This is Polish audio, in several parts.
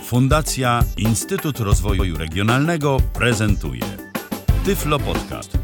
Fundacja Instytut Rozwoju Regionalnego prezentuje Tyflo Podcast.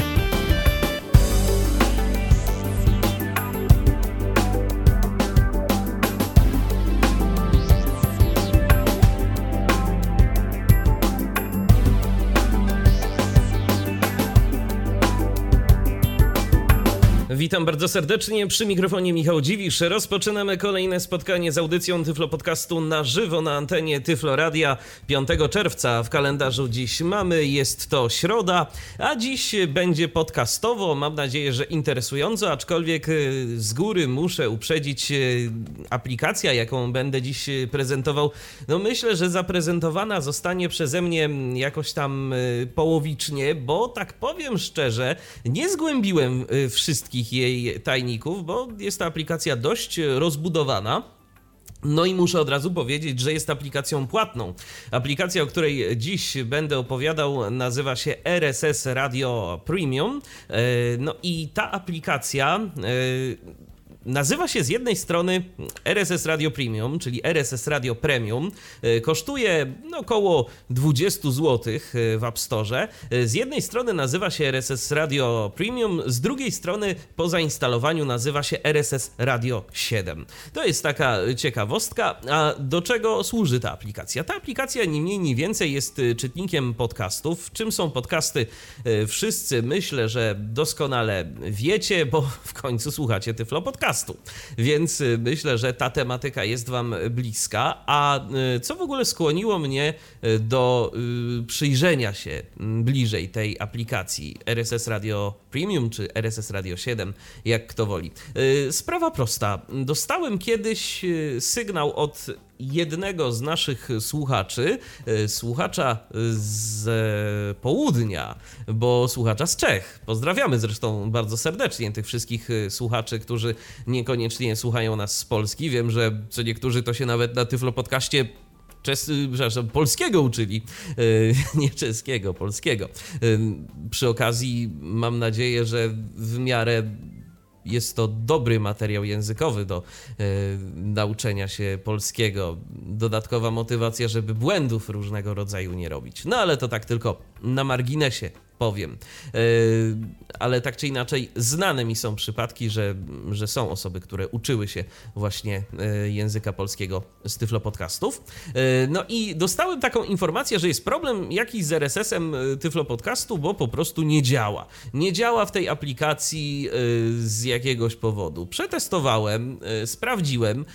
Witam bardzo serdecznie, przy mikrofonie Michał Dziwisz. Rozpoczynamy kolejne spotkanie z audycją Tyflo Podcastu na żywo na antenie Tyflo Radia 5 czerwca. W kalendarzu dziś mamy, jest to środa, a dziś będzie podcastowo, mam nadzieję, że interesująco, aczkolwiek z góry muszę uprzedzić, aplikacja, jaką będę dziś prezentował, no myślę, że zaprezentowana zostanie przeze mnie jakoś tam połowicznie, bo tak powiem szczerze, nie zgłębiłem wszystkich jej tajników, bo jest to aplikacja dość rozbudowana. No i muszę od razu powiedzieć, że jest aplikacją płatną. Aplikacja, o której dziś będę opowiadał, nazywa się RSS Radio Premium. No i ta aplikacja nazywa się z jednej strony RSS Radio Premium, czyli RSS Radio Premium. Kosztuje około 20 zł w App Store. Z jednej strony nazywa się RSS Radio Premium, z drugiej strony po zainstalowaniu nazywa się RSS Radio 7. To jest taka ciekawostka. A do czego służy ta aplikacja? Ta aplikacja ni mniej, ni więcej jest czytnikiem podcastów. Czym są podcasty? Wszyscy myślę, że doskonale wiecie, bo w końcu słuchacie Tyflo Podcastu. Więc myślę, że ta tematyka jest wam bliska. A co w ogóle skłoniło mnie do przyjrzenia się bliżej tej aplikacji RSS Radio Premium czy RSS Radio 7, jak kto woli? Sprawa prosta. Dostałem kiedyś sygnał od jednego z naszych słuchaczy, słuchacza z południa, bo słuchacza z Czech. Pozdrawiamy zresztą bardzo serdecznie tych wszystkich słuchaczy, którzy niekoniecznie słuchają nas z Polski. Wiem, że co niektórzy to się nawet na Tyflo Podcaście polskiego uczyli, nie czeskiego, polskiego. Przy okazji mam nadzieję, że w miarę jest to dobry materiał językowy do nauczenia się polskiego. Dodatkowa motywacja, żeby błędów różnego rodzaju nie robić. No ale to tak tylko na marginesie powiem. Ale tak czy inaczej znane mi są przypadki, że są osoby, które uczyły się właśnie języka polskiego z Tyflo Podcastów. No i dostałem taką informację, że jest problem jakiś z RSS-em Tyflo Podcastu, bo po prostu nie działa. Nie działa w tej aplikacji z jakiegoś powodu. Przetestowałem, sprawdziłem,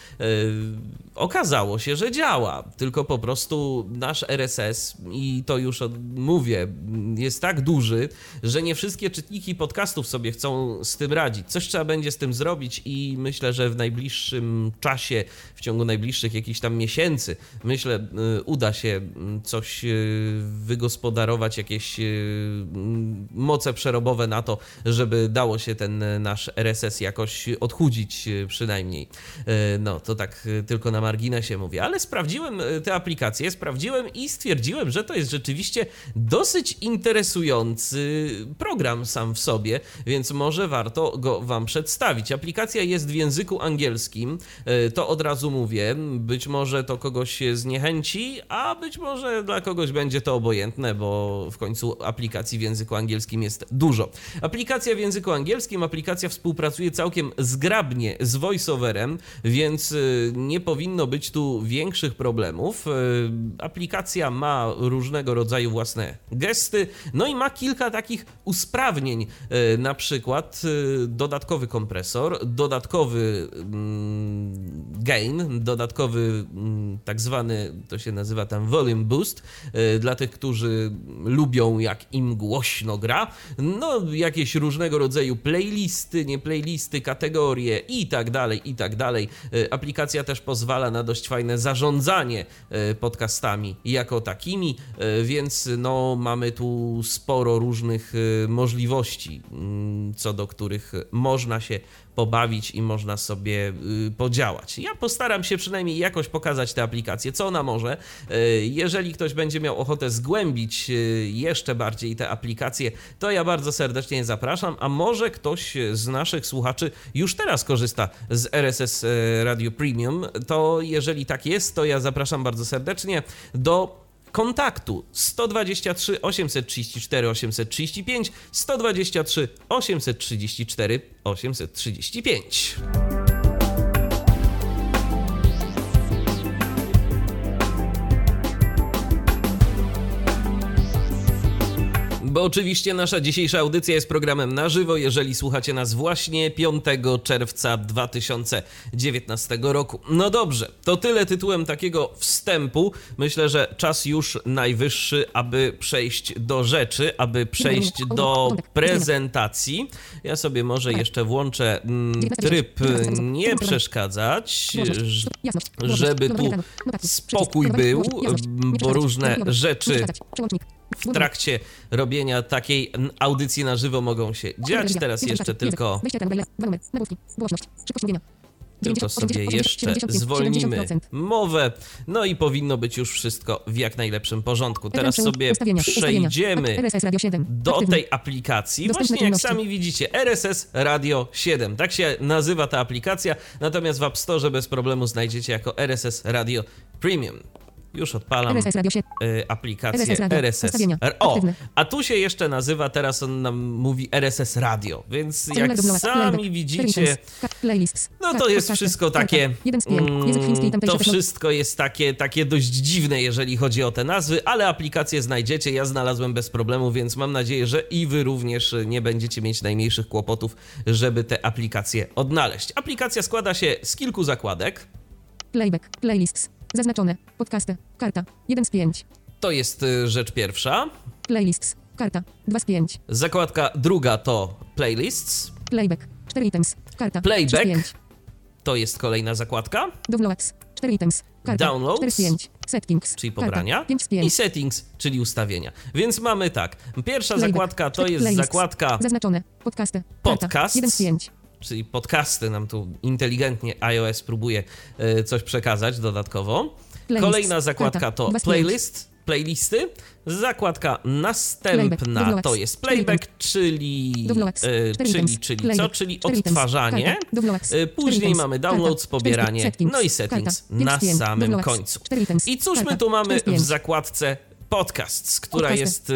okazało się, że działa, tylko po prostu nasz RSS, i to już mówię, jest tak duży, że nie wszystkie czytniki podcastów sobie chcą z tym radzić. Coś trzeba będzie z tym zrobić i myślę, że w najbliższym czasie, w ciągu najbliższych jakichś tam miesięcy, myślę, uda się coś wygospodarować, jakieś moce przerobowe na to, żeby dało się ten nasz RSS jakoś odchudzić przynajmniej. No, to tak tylko na marginesie mówię, ale sprawdziłem tę aplikację, i stwierdziłem, że to jest rzeczywiście dosyć interesujący program sam w sobie, więc może warto go wam przedstawić. Aplikacja jest w języku angielskim, to od razu mówię, być może to kogoś zniechęci, a być może dla kogoś będzie to obojętne, bo w końcu aplikacji w języku angielskim jest dużo. Aplikacja w języku angielskim, aplikacja współpracuje całkiem zgrabnie z VoiceOverem, więc nie powinno być tu większych problemów. Aplikacja ma różnego rodzaju własne gesty, no i ma kilka takich usprawnień, na przykład dodatkowy kompresor, dodatkowy gain, dodatkowy tak zwany, to się nazywa tam volume boost, dla tych, którzy lubią jak im głośno gra, no jakieś różnego rodzaju playlisty, nie playlisty, kategorie i tak dalej, i tak dalej. Aplikacja też pozwala na dość fajne zarządzanie podcastami jako takimi, więc no mamy tu sporo różnych możliwości, co do których można się pobawić i można sobie podziałać. Ja postaram się przynajmniej jakoś pokazać tę aplikację, co ona może. Jeżeli ktoś będzie miał ochotę zgłębić jeszcze bardziej tę aplikację, to ja bardzo serdecznie zapraszam, a może ktoś z naszych słuchaczy już teraz korzysta z RSS Radio Premium, to jeżeli tak jest, to ja zapraszam bardzo serdecznie do kontaktu 123 834 835, 123 834 835. Bo oczywiście nasza dzisiejsza audycja jest programem na żywo, jeżeli słuchacie nas właśnie 5 czerwca 2019 roku. No dobrze, to tyle tytułem takiego wstępu. Myślę, że czas już najwyższy, aby przejść do rzeczy, aby przejść do prezentacji. Ja sobie może jeszcze włączę tryb nie przeszkadzać, żeby tu spokój był, bo różne rzeczy w trakcie robienia takiej audycji na żywo mogą się dziać. Teraz jeszcze tylko sobie jeszcze zwolnimy mowę, no i powinno być już wszystko w jak najlepszym porządku. Teraz sobie przejdziemy do tej aplikacji, właśnie jak sami widzicie, RSS Radio 7, tak się nazywa ta aplikacja, natomiast w App Store bez problemu znajdziecie jako RSS Radio Premium. Już odpalam aplikację RSS. O, a tu się jeszcze nazywa, teraz on nam mówi RSS Radio, więc jak sami widzicie, no to jest wszystko takie, to wszystko jest takie dość dziwne, jeżeli chodzi o te nazwy, ale aplikację znajdziecie, ja znalazłem bez problemu, więc mam nadzieję, że i wy również nie będziecie mieć najmniejszych kłopotów, żeby te aplikacje odnaleźć. Aplikacja składa się z kilku zakładek. Playback, playlists. Zaznaczone. Podcasty. Karta. 1 z 5. To jest rzecz pierwsza. Playlists. Karta. 2 z 5. Zakładka druga to playlists. Playback. 4 items. Karta. Playback. 3 z 5. To jest kolejna zakładka. Downloads. 4 items. Karta. Downloads. 4 z 5. Settings. Czyli pobrania. Karta. 5 z 5. I settings, czyli ustawienia. Więc mamy tak. Pierwsza Playback. zakładka to jest Playlists. zakładka Zaznaczone. Podcasty. Podcast. 1 z 5. Czyli podcasty nam tu inteligentnie iOS próbuje coś przekazać dodatkowo. Playlists. Kolejna zakładka Karta. to 2 z 5. playlisty. Zakładka następna Playback. to jest playback, czyli co? Czyli odtwarzanie. Później mamy downloads, pobieranie, no i settings na samym końcu. I cóż my tu mamy w zakładce Podcasts, która jest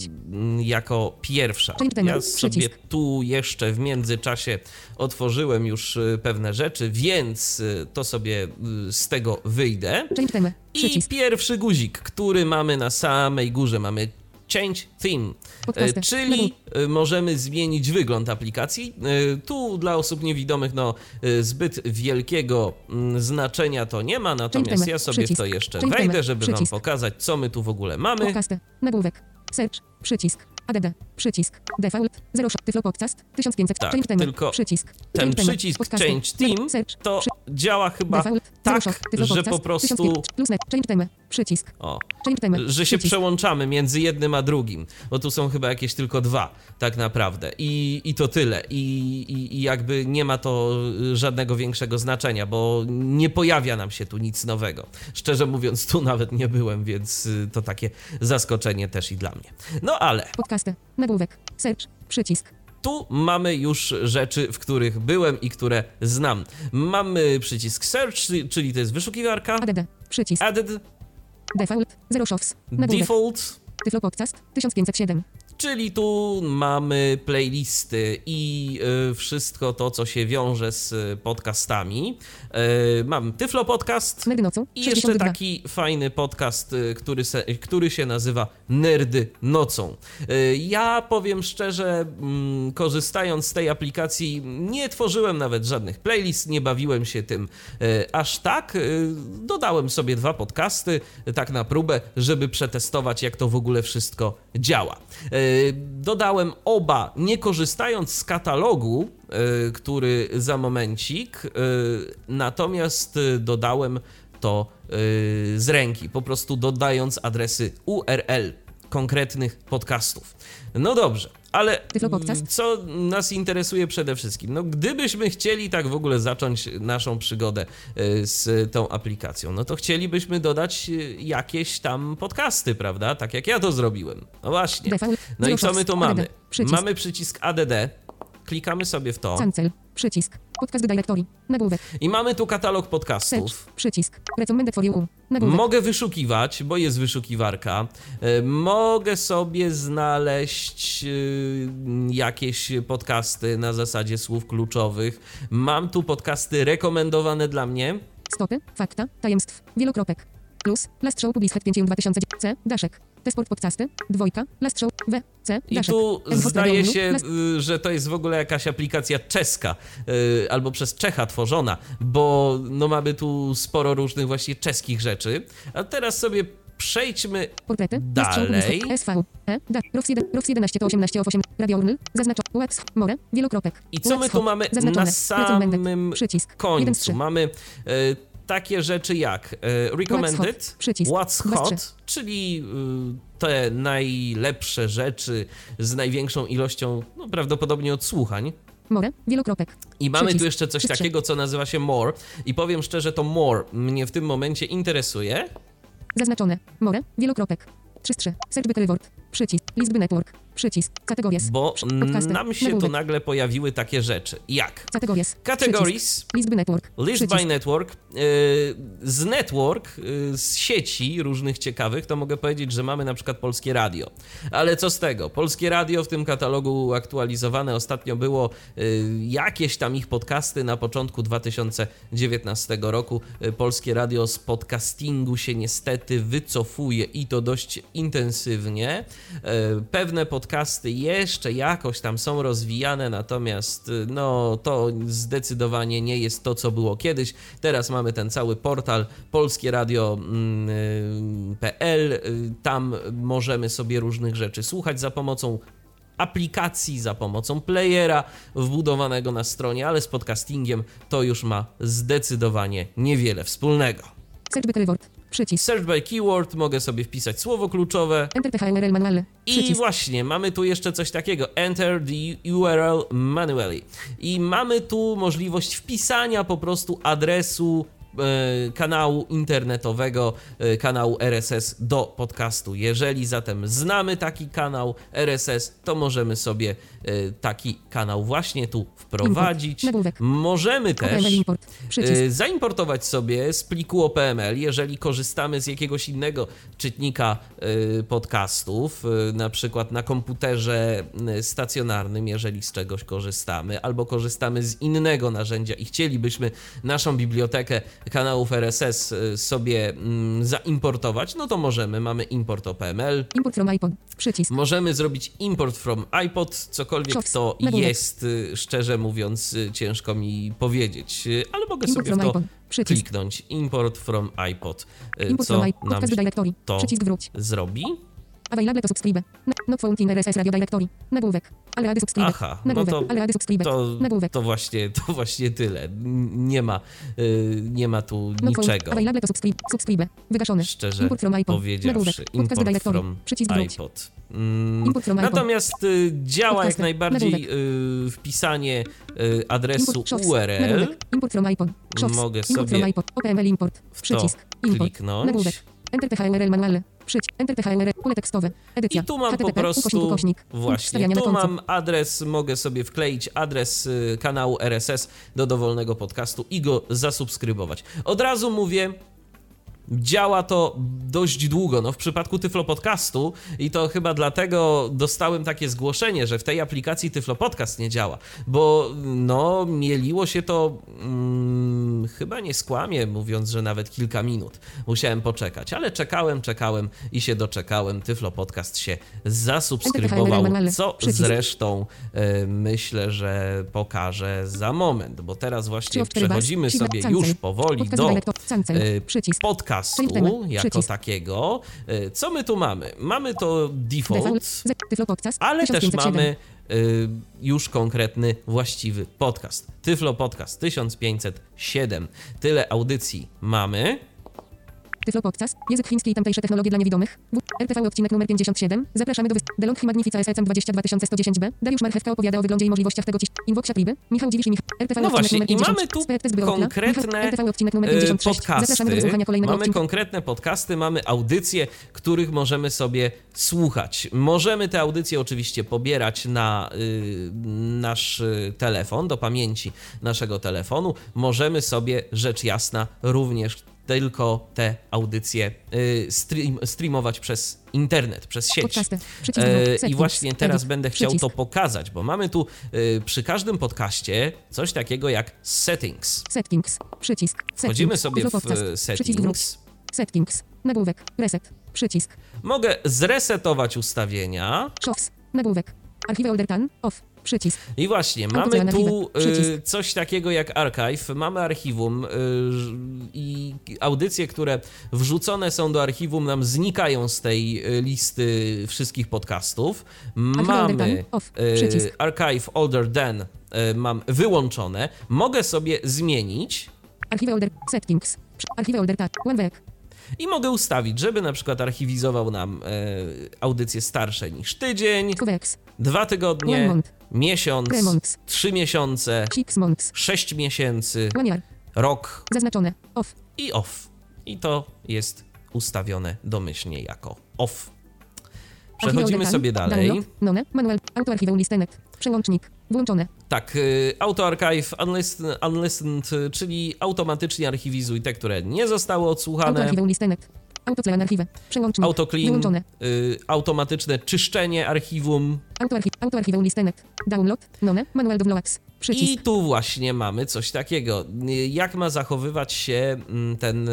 jako pierwsza. Ja sobie tu jeszcze w międzyczasie otworzyłem już pewne rzeczy, więc to sobie z tego wyjdę. I pierwszy guzik, który mamy na samej górze, mamy Change Theme, czyli możemy zmienić wygląd aplikacji. Tu dla osób niewidomych zbyt wielkiego znaczenia to nie ma, natomiast ja sobie w to jeszcze wejdę, żeby wam pokazać, co my tu w ogóle mamy. Podcasty, nagłówek, search, przycisk, add, przycisk, default, 0, Tyflo Podcast, 1500, tak, change theme, tylko przycisk, ten przycisk Change Theme to działa chyba tak, że po prostu change theme, przycisk, change theme, że się przełączamy między jednym a drugim, bo tu są chyba jakieś tylko dwa tak naprawdę i to tyle i jakby nie ma to żadnego większego znaczenia, bo nie pojawia nam się tu nic nowego. Szczerze mówiąc, tu nawet nie byłem, więc to takie zaskoczenie też i dla mnie. No ale podcasty, nagłówek, search, przycisk. Tu mamy już rzeczy, w których byłem i które znam. Mamy przycisk search, czyli to jest wyszukiwarka. Add, przycisk. Added. Default, 0 shows. Nagłówek. Default. Tyflo Podcast, 1507. Czyli tu mamy playlisty i wszystko to, co się wiąże z podcastami. Mam Tyflo Podcast Nerdy nocą, i jeszcze taki fajny podcast, który się nazywa Nerdy nocą. Ja powiem szczerze, korzystając z tej aplikacji, nie tworzyłem nawet żadnych playlist, nie bawiłem się tym aż tak. Dodałem sobie 2 podcasty, tak na próbę, żeby przetestować, jak to w ogóle wszystko działa. Dodałem oba, nie korzystając z katalogu, który za momencik, natomiast dodałem to z ręki, po prostu dodając adresy URL konkretnych podcastów. No dobrze, ale Tyflo Podcast. co nas interesuje przede wszystkim? No gdybyśmy chcieli tak w ogóle zacząć naszą przygodę z tą aplikacją, no to chcielibyśmy dodać jakieś tam podcasty, prawda? Tak jak ja to zrobiłem. No właśnie. Default. No i co my tu mamy? Przycisk. Mamy przycisk ADD. Klikamy sobie w to. Cancel. Przycisk. Podcast Directory. Nagłówek. I mamy tu katalog Search. podcastów. Przycisk. Recommended for you. Nagłówek. Mogę wyszukiwać, bo jest wyszukiwarka. Mogę sobie znaleźć jakieś podcasty na zasadzie słów kluczowych. Mam tu podcasty rekomendowane dla mnie. Stopy. Fakta. Tajemstw. Wielokropek. Plus. Last Show Published 5 2000. C. Daszek. T-Sport Podcasty. Dwójka. Last Show. W. C. I Daszek. tu M-Host zdaje Radio się, Last... że to jest w ogóle jakaś aplikacja czeska albo przez Czecha tworzona, bo no mamy tu sporo różnych właśnie czeskich rzeczy. A teraz sobie przejdźmy Portrety. Last Show dalej. Published. SV. E. Da. ROX 11 to 18 8. Radio Urnl. Zaznaczo. Wax. More. Wielokropek. I co my Wax tu Hot. mamy Zaznaczone. na samym Przycisk. 1 z 3. końcu? Mamy takie rzeczy jak Recommended, Przycisk. What's 2 z 3. Hot, czyli te najlepsze rzeczy z największą ilością, no prawdopodobnie odsłuchań. More. Wielokropek. I mamy Przycisk. tu jeszcze coś 3 z 3. takiego, co nazywa się More. I powiem szczerze, to More mnie w tym momencie interesuje. Zaznaczone. More. Wielokropek. 3 z 3. Search by Reward. Przycisk. List by Network. Przycisk. Categories. Bo Podcasty. nam się tu Nagłówek. nagle pojawiły takie rzeczy jak Categories. Categories, Przycisk. List by Network. List Przycisk. by Network, z network, z sieci różnych ciekawych, to mogę powiedzieć, że mamy na przykład Polskie Radio. Ale co z tego? Polskie Radio w tym katalogu aktualizowane ostatnio było jakieś tam ich podcasty na początku 2019 roku. Polskie Radio z podcastingu się niestety wycofuje i to dość intensywnie. Pewne podcasty jeszcze jakoś tam są rozwijane, natomiast no to zdecydowanie nie jest to, co było kiedyś. Teraz mamy ten cały portal polskieradio.pl. Tam możemy sobie różnych rzeczy słuchać za pomocą aplikacji, za pomocą playera wbudowanego na stronie, ale z podcastingiem to już ma zdecydowanie niewiele wspólnego. Search by Reward. Przycisk. Search by keyword, mogę sobie wpisać słowo kluczowe. Enter the URL manually. I Przycisk. właśnie, mamy tu jeszcze coś takiego, enter the URL manually. I mamy tu możliwość wpisania po prostu adresu kanału internetowego, kanału RSS do podcastu. Jeżeli zatem znamy taki kanał RSS, to możemy sobie taki kanał właśnie tu wprowadzić. Nagłówek. Możemy też OPML import. Przycisk. zaimportować sobie z pliku OPML, jeżeli korzystamy z jakiegoś innego czytnika podcastów, na przykład na komputerze stacjonarnym, jeżeli z czegoś korzystamy, albo korzystamy z innego narzędzia i chcielibyśmy naszą bibliotekę kanałów RSS sobie zaimportować, no to możemy. Mamy import OPML. Import from iPod. Przycisk. Możemy zrobić import from iPod, cokolwiek Shops. to Nagłówek. jest, szczerze mówiąc, ciężko mi powiedzieć, ale mogę Import sobie w from to iPod. Przycisk. kliknąć. Import from iPod, Import co from iPod. nam Podcast Directory. to Przycisk wróć. zrobi. Available to subscribe. Not found in RSS Radio Directory. Nagłówek. Ale rady subscribe. Aha, no Nagłówek. to, Ale rady subscribe. Nagłówek. to właśnie tyle. Nie ma tu Not found. niczego. Available to subscribe. Wygaszone. Szczerze Import from iPod. powiedziawszy, Nagłówek. Podcast import Directory. from Przycisk wróć. iPod. Import from iPod. Natomiast działa jak Podcasty. najbardziej Nagłówek. wpisanie adresu Import shops. URL. Nagłówek. Import from iPod. Shops. Mogę Import sobie from iPod. OPML import. w to Przycisk. Import. kliknąć. Nagłówek. Enter the URL manually. Enter the URL. Pole tekstowe. Edycja. I tu mam po HTTP, prostu, ukośnik. właśnie, Wstawiania na tu końcu. mam adres, mogę sobie wkleić adres kanału RSS do dowolnego podcastu i go zasubskrybować. Od razu mówię, działa to dość długo, no w przypadku Tyflo Podcastu i to chyba dlatego dostałem takie zgłoszenie, że w tej aplikacji Tyflo Podcast nie działa, bo no mieliło się to, chyba nie skłamię mówiąc, że nawet kilka minut musiałem poczekać, ale czekałem i się doczekałem. Tyflo Podcast się zasubskrybował, co zresztą myślę, że pokażę za moment, bo teraz właśnie przechodzimy sobie już powoli do podcastu jako takiego. Co my tu mamy? Mamy to default, ale też mamy już konkretny, właściwy podcast. Tyflo Podcast 1507. Tyle audycji mamy. Tyflo Podcast. Język chiński i tamtejsze technologie dla niewidomych. RTV odcinek numer 57. Zapraszamy do DeLonghi Magnifica SECM 22110B. Dariusz Marchewka opowiada o wyglądzie i możliwościach tego Invoxia Triby. Michał Dziwisz i RTV No odcinek właśnie, numer i 50. mamy tu Test Byro Opla. konkretne RTV odcinek numer 56. Zapraszamy do wysłuchania kolejnego mamy odcinka. konkretne podcasty, mamy audycje, których możemy sobie słuchać. Możemy te audycje oczywiście pobierać na nasz telefon, do pamięci naszego telefonu. Możemy sobie, rzecz jasna, również tylko te audycje streamować przez internet, przez sieć. Podcasty. I właśnie teraz będę chciał to pokazać, bo mamy tu przy każdym podcaście coś takiego jak settings. Settings. Przycisk. Wchodzimy sobie w settings. Settings. Nagłówek. Reset. Przycisk. Mogę zresetować ustawienia. Shows. Nagłówek. Archive Older Tan. Off. Przycisk. I właśnie, mamy tu coś takiego jak archive, mamy archiwum i audycje, które wrzucone są do archiwum, nam znikają z tej listy wszystkich podcastów. Mamy archive older than, mam wyłączone. Mogę sobie zmienić. Archive Older Settings. Archive Older Tan. One week. I mogę ustawić, żeby na przykład archiwizował nam audycje starsze niż tydzień, 2 tygodnie, miesiąc, 3 miesiące, 6 miesięcy, rok. Zaznaczone. Off. I off. I to jest ustawione domyślnie jako off. Przechodzimy sobie dalej. Manual. Autoarchiwum listenet. Przełącznik. Włączone. Tak, AutoArchive Unlistened, czyli automatycznie archiwizuj te, które nie zostały odsłuchane. Autoarchiwum listenet. Autoclean archiwum. Przełącznik. Autoclean. Wyłączone. Automatyczne czyszczenie archiwum. Autoarchiwum listenet. Download. Manual downloads. Przycisk. I tu właśnie mamy coś takiego. Jak ma zachowywać się ten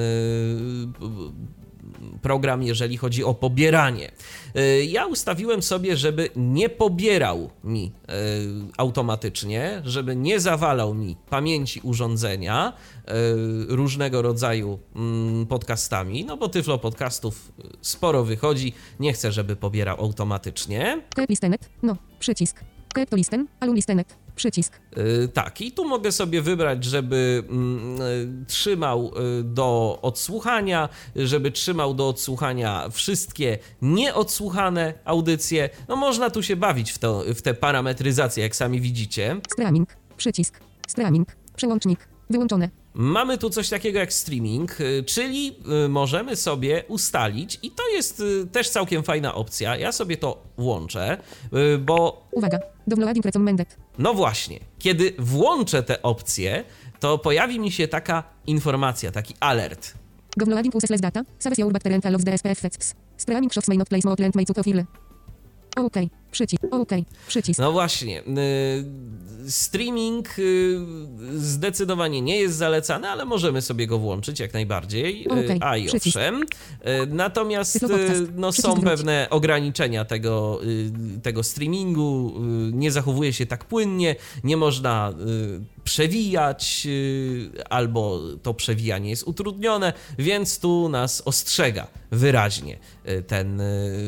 program, jeżeli chodzi o pobieranie. Ja ustawiłem sobie, żeby nie pobierał mi automatycznie, żeby nie zawalał mi pamięci urządzenia różnego rodzaju podcastami, no bo Tyflo podcastów sporo wychodzi, nie chcę, żeby pobierał automatycznie. Keep listenet. Przycisk. Keep to listen. Alum listenet. Przycisk. Tak, i tu mogę sobie wybrać, żeby trzymał do odsłuchania, żeby trzymał do odsłuchania wszystkie nieodsłuchane audycje. No można tu się bawić w te parametryzacje, jak sami widzicie. Streaming. Przycisk. Streaming. Przełącznik. Wyłączone. Mamy tu coś takiego jak streaming, czyli możemy sobie ustalić i to jest też całkiem fajna opcja. Ja sobie to włączę, bo... Uwaga, downloading recommended. No właśnie, kiedy włączę te opcje, to pojawi mi się taka informacja, taki alert. Downloading useless data, saves your battery and allows DSP effects. Streaming shows may not place more and may to profile. OK, przycisk, OK, przycisk. No właśnie, streaming zdecydowanie nie jest zalecany, ale możemy sobie go włączyć jak najbardziej, a i owszem. Natomiast no, są pewne ograniczenia tego streamingu, nie zachowuje się tak płynnie, nie można przewijać, albo to przewijanie jest utrudnione, więc tu nas ostrzega wyraźnie ten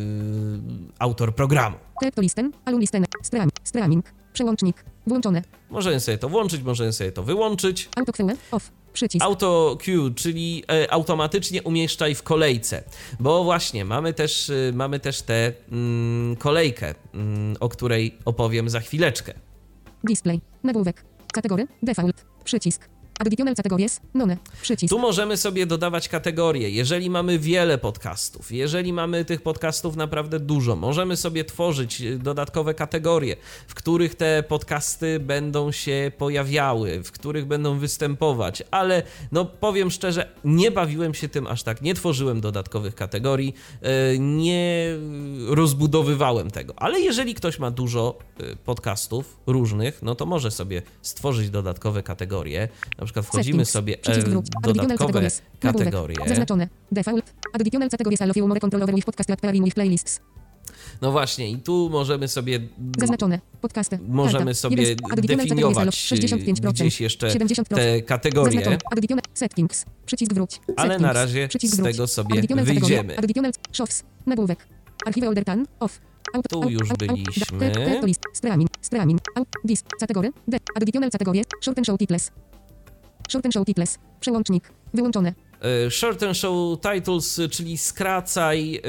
autor programu. To listen, alum listenet, streaming, przełącznik, włączone. Możemy sobie to włączyć, możemy sobie to wyłączyć. Autocue, off, przycisk. AutoCue, czyli automatycznie umieszczaj w kolejce, bo właśnie mamy też tę kolejkę, o której opowiem za chwileczkę. Display, nagłówek, kategory, default, przycisk. Additional categories, none, przycisk. Tu możemy sobie dodawać kategorie. Jeżeli mamy wiele podcastów, jeżeli mamy tych podcastów naprawdę dużo, możemy sobie tworzyć dodatkowe kategorie, w których te podcasty będą się pojawiały, w których będą występować, ale no powiem szczerze, nie bawiłem się tym aż tak, nie tworzyłem dodatkowych kategorii, nie rozbudowywałem tego, ale jeżeli ktoś ma dużo podcastów różnych, no to może sobie stworzyć dodatkowe kategorie. Na przykład wchodzimy sobie dodatkowe kategorie. Zaznaczone. Default. Additional categories allow you more control over with podcast library with playlists. No właśnie, i tu możemy sobie... Zaznaczone. Podcasty. Możemy sobie definiować gdzieś jeszcze te kategorie. Settings. Przycisk wróć. Ale na razie z tego sobie wyjdziemy. Shows. Nagłówek. Archive Older Tan. Off. Tu już byliśmy. Streaming. Category. Additional categories. Short and show titles. Przełącznik. Wyłączone. Shorten show titles, czyli skracaj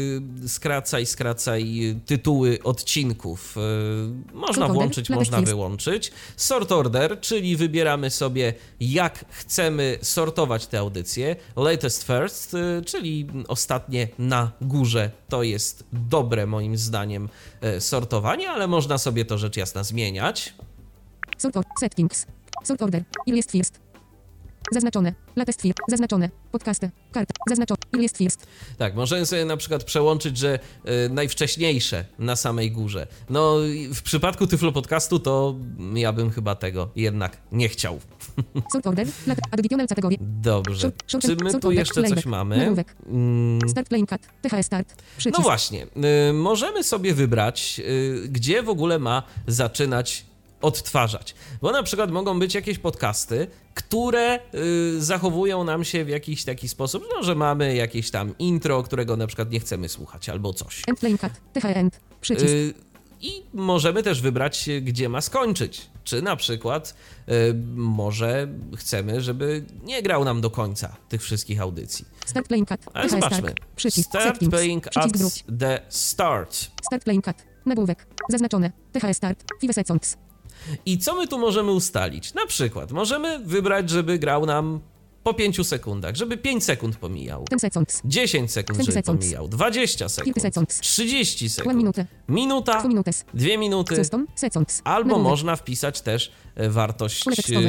tytuły odcinków. Można włączyć, można wyłączyć. Sort order, czyli wybieramy sobie, jak chcemy sortować te audycje. Latest first, czyli ostatnie na górze. To jest dobre moim zdaniem sortowanie, ale można sobie to rzecz jasna zmieniać. Sort order, settings, sort order, earliest first. Zaznaczone. Latest first. Zaznaczone. Podcasty. Karta. Zaznaczone. Earliest first. Tak, możemy sobie na przykład przełączyć, że najwcześniejsze na samej górze. No, w przypadku Tyflo Podcastu to ja bym chyba tego jednak nie chciał. Sort order. Additional category. Dobrze. Czy my tu jeszcze coś mamy? Start playing cut. THE start. Przycisk. No właśnie. Możemy sobie wybrać, gdzie w ogóle ma zaczynać odtwarzać. Bo na przykład mogą być jakieś podcasty, które zachowują nam się w jakiś taki sposób, no, że mamy jakieś tam intro, którego na przykład nie chcemy słuchać, albo coś. End playing cut. THE end. Przycisk. I możemy też wybrać, gdzie ma skończyć. Czy na przykład może chcemy, żeby nie grał nam do końca tych wszystkich audycji. Start playing cut. Ale zobaczmy. Przycisk. Start playing at the start. Start playing cut. Nagłówek. Zaznaczone. THE start. 5 seconds. I co my tu możemy ustalić? Na przykład możemy wybrać, żeby grał nam po 5 sekundach, żeby 5 sekund pomijał. 10 sekund, żeby pomijał. 20 sekund. 30 sekund. Minuta. 2 minuty. Albo można wpisać też wartość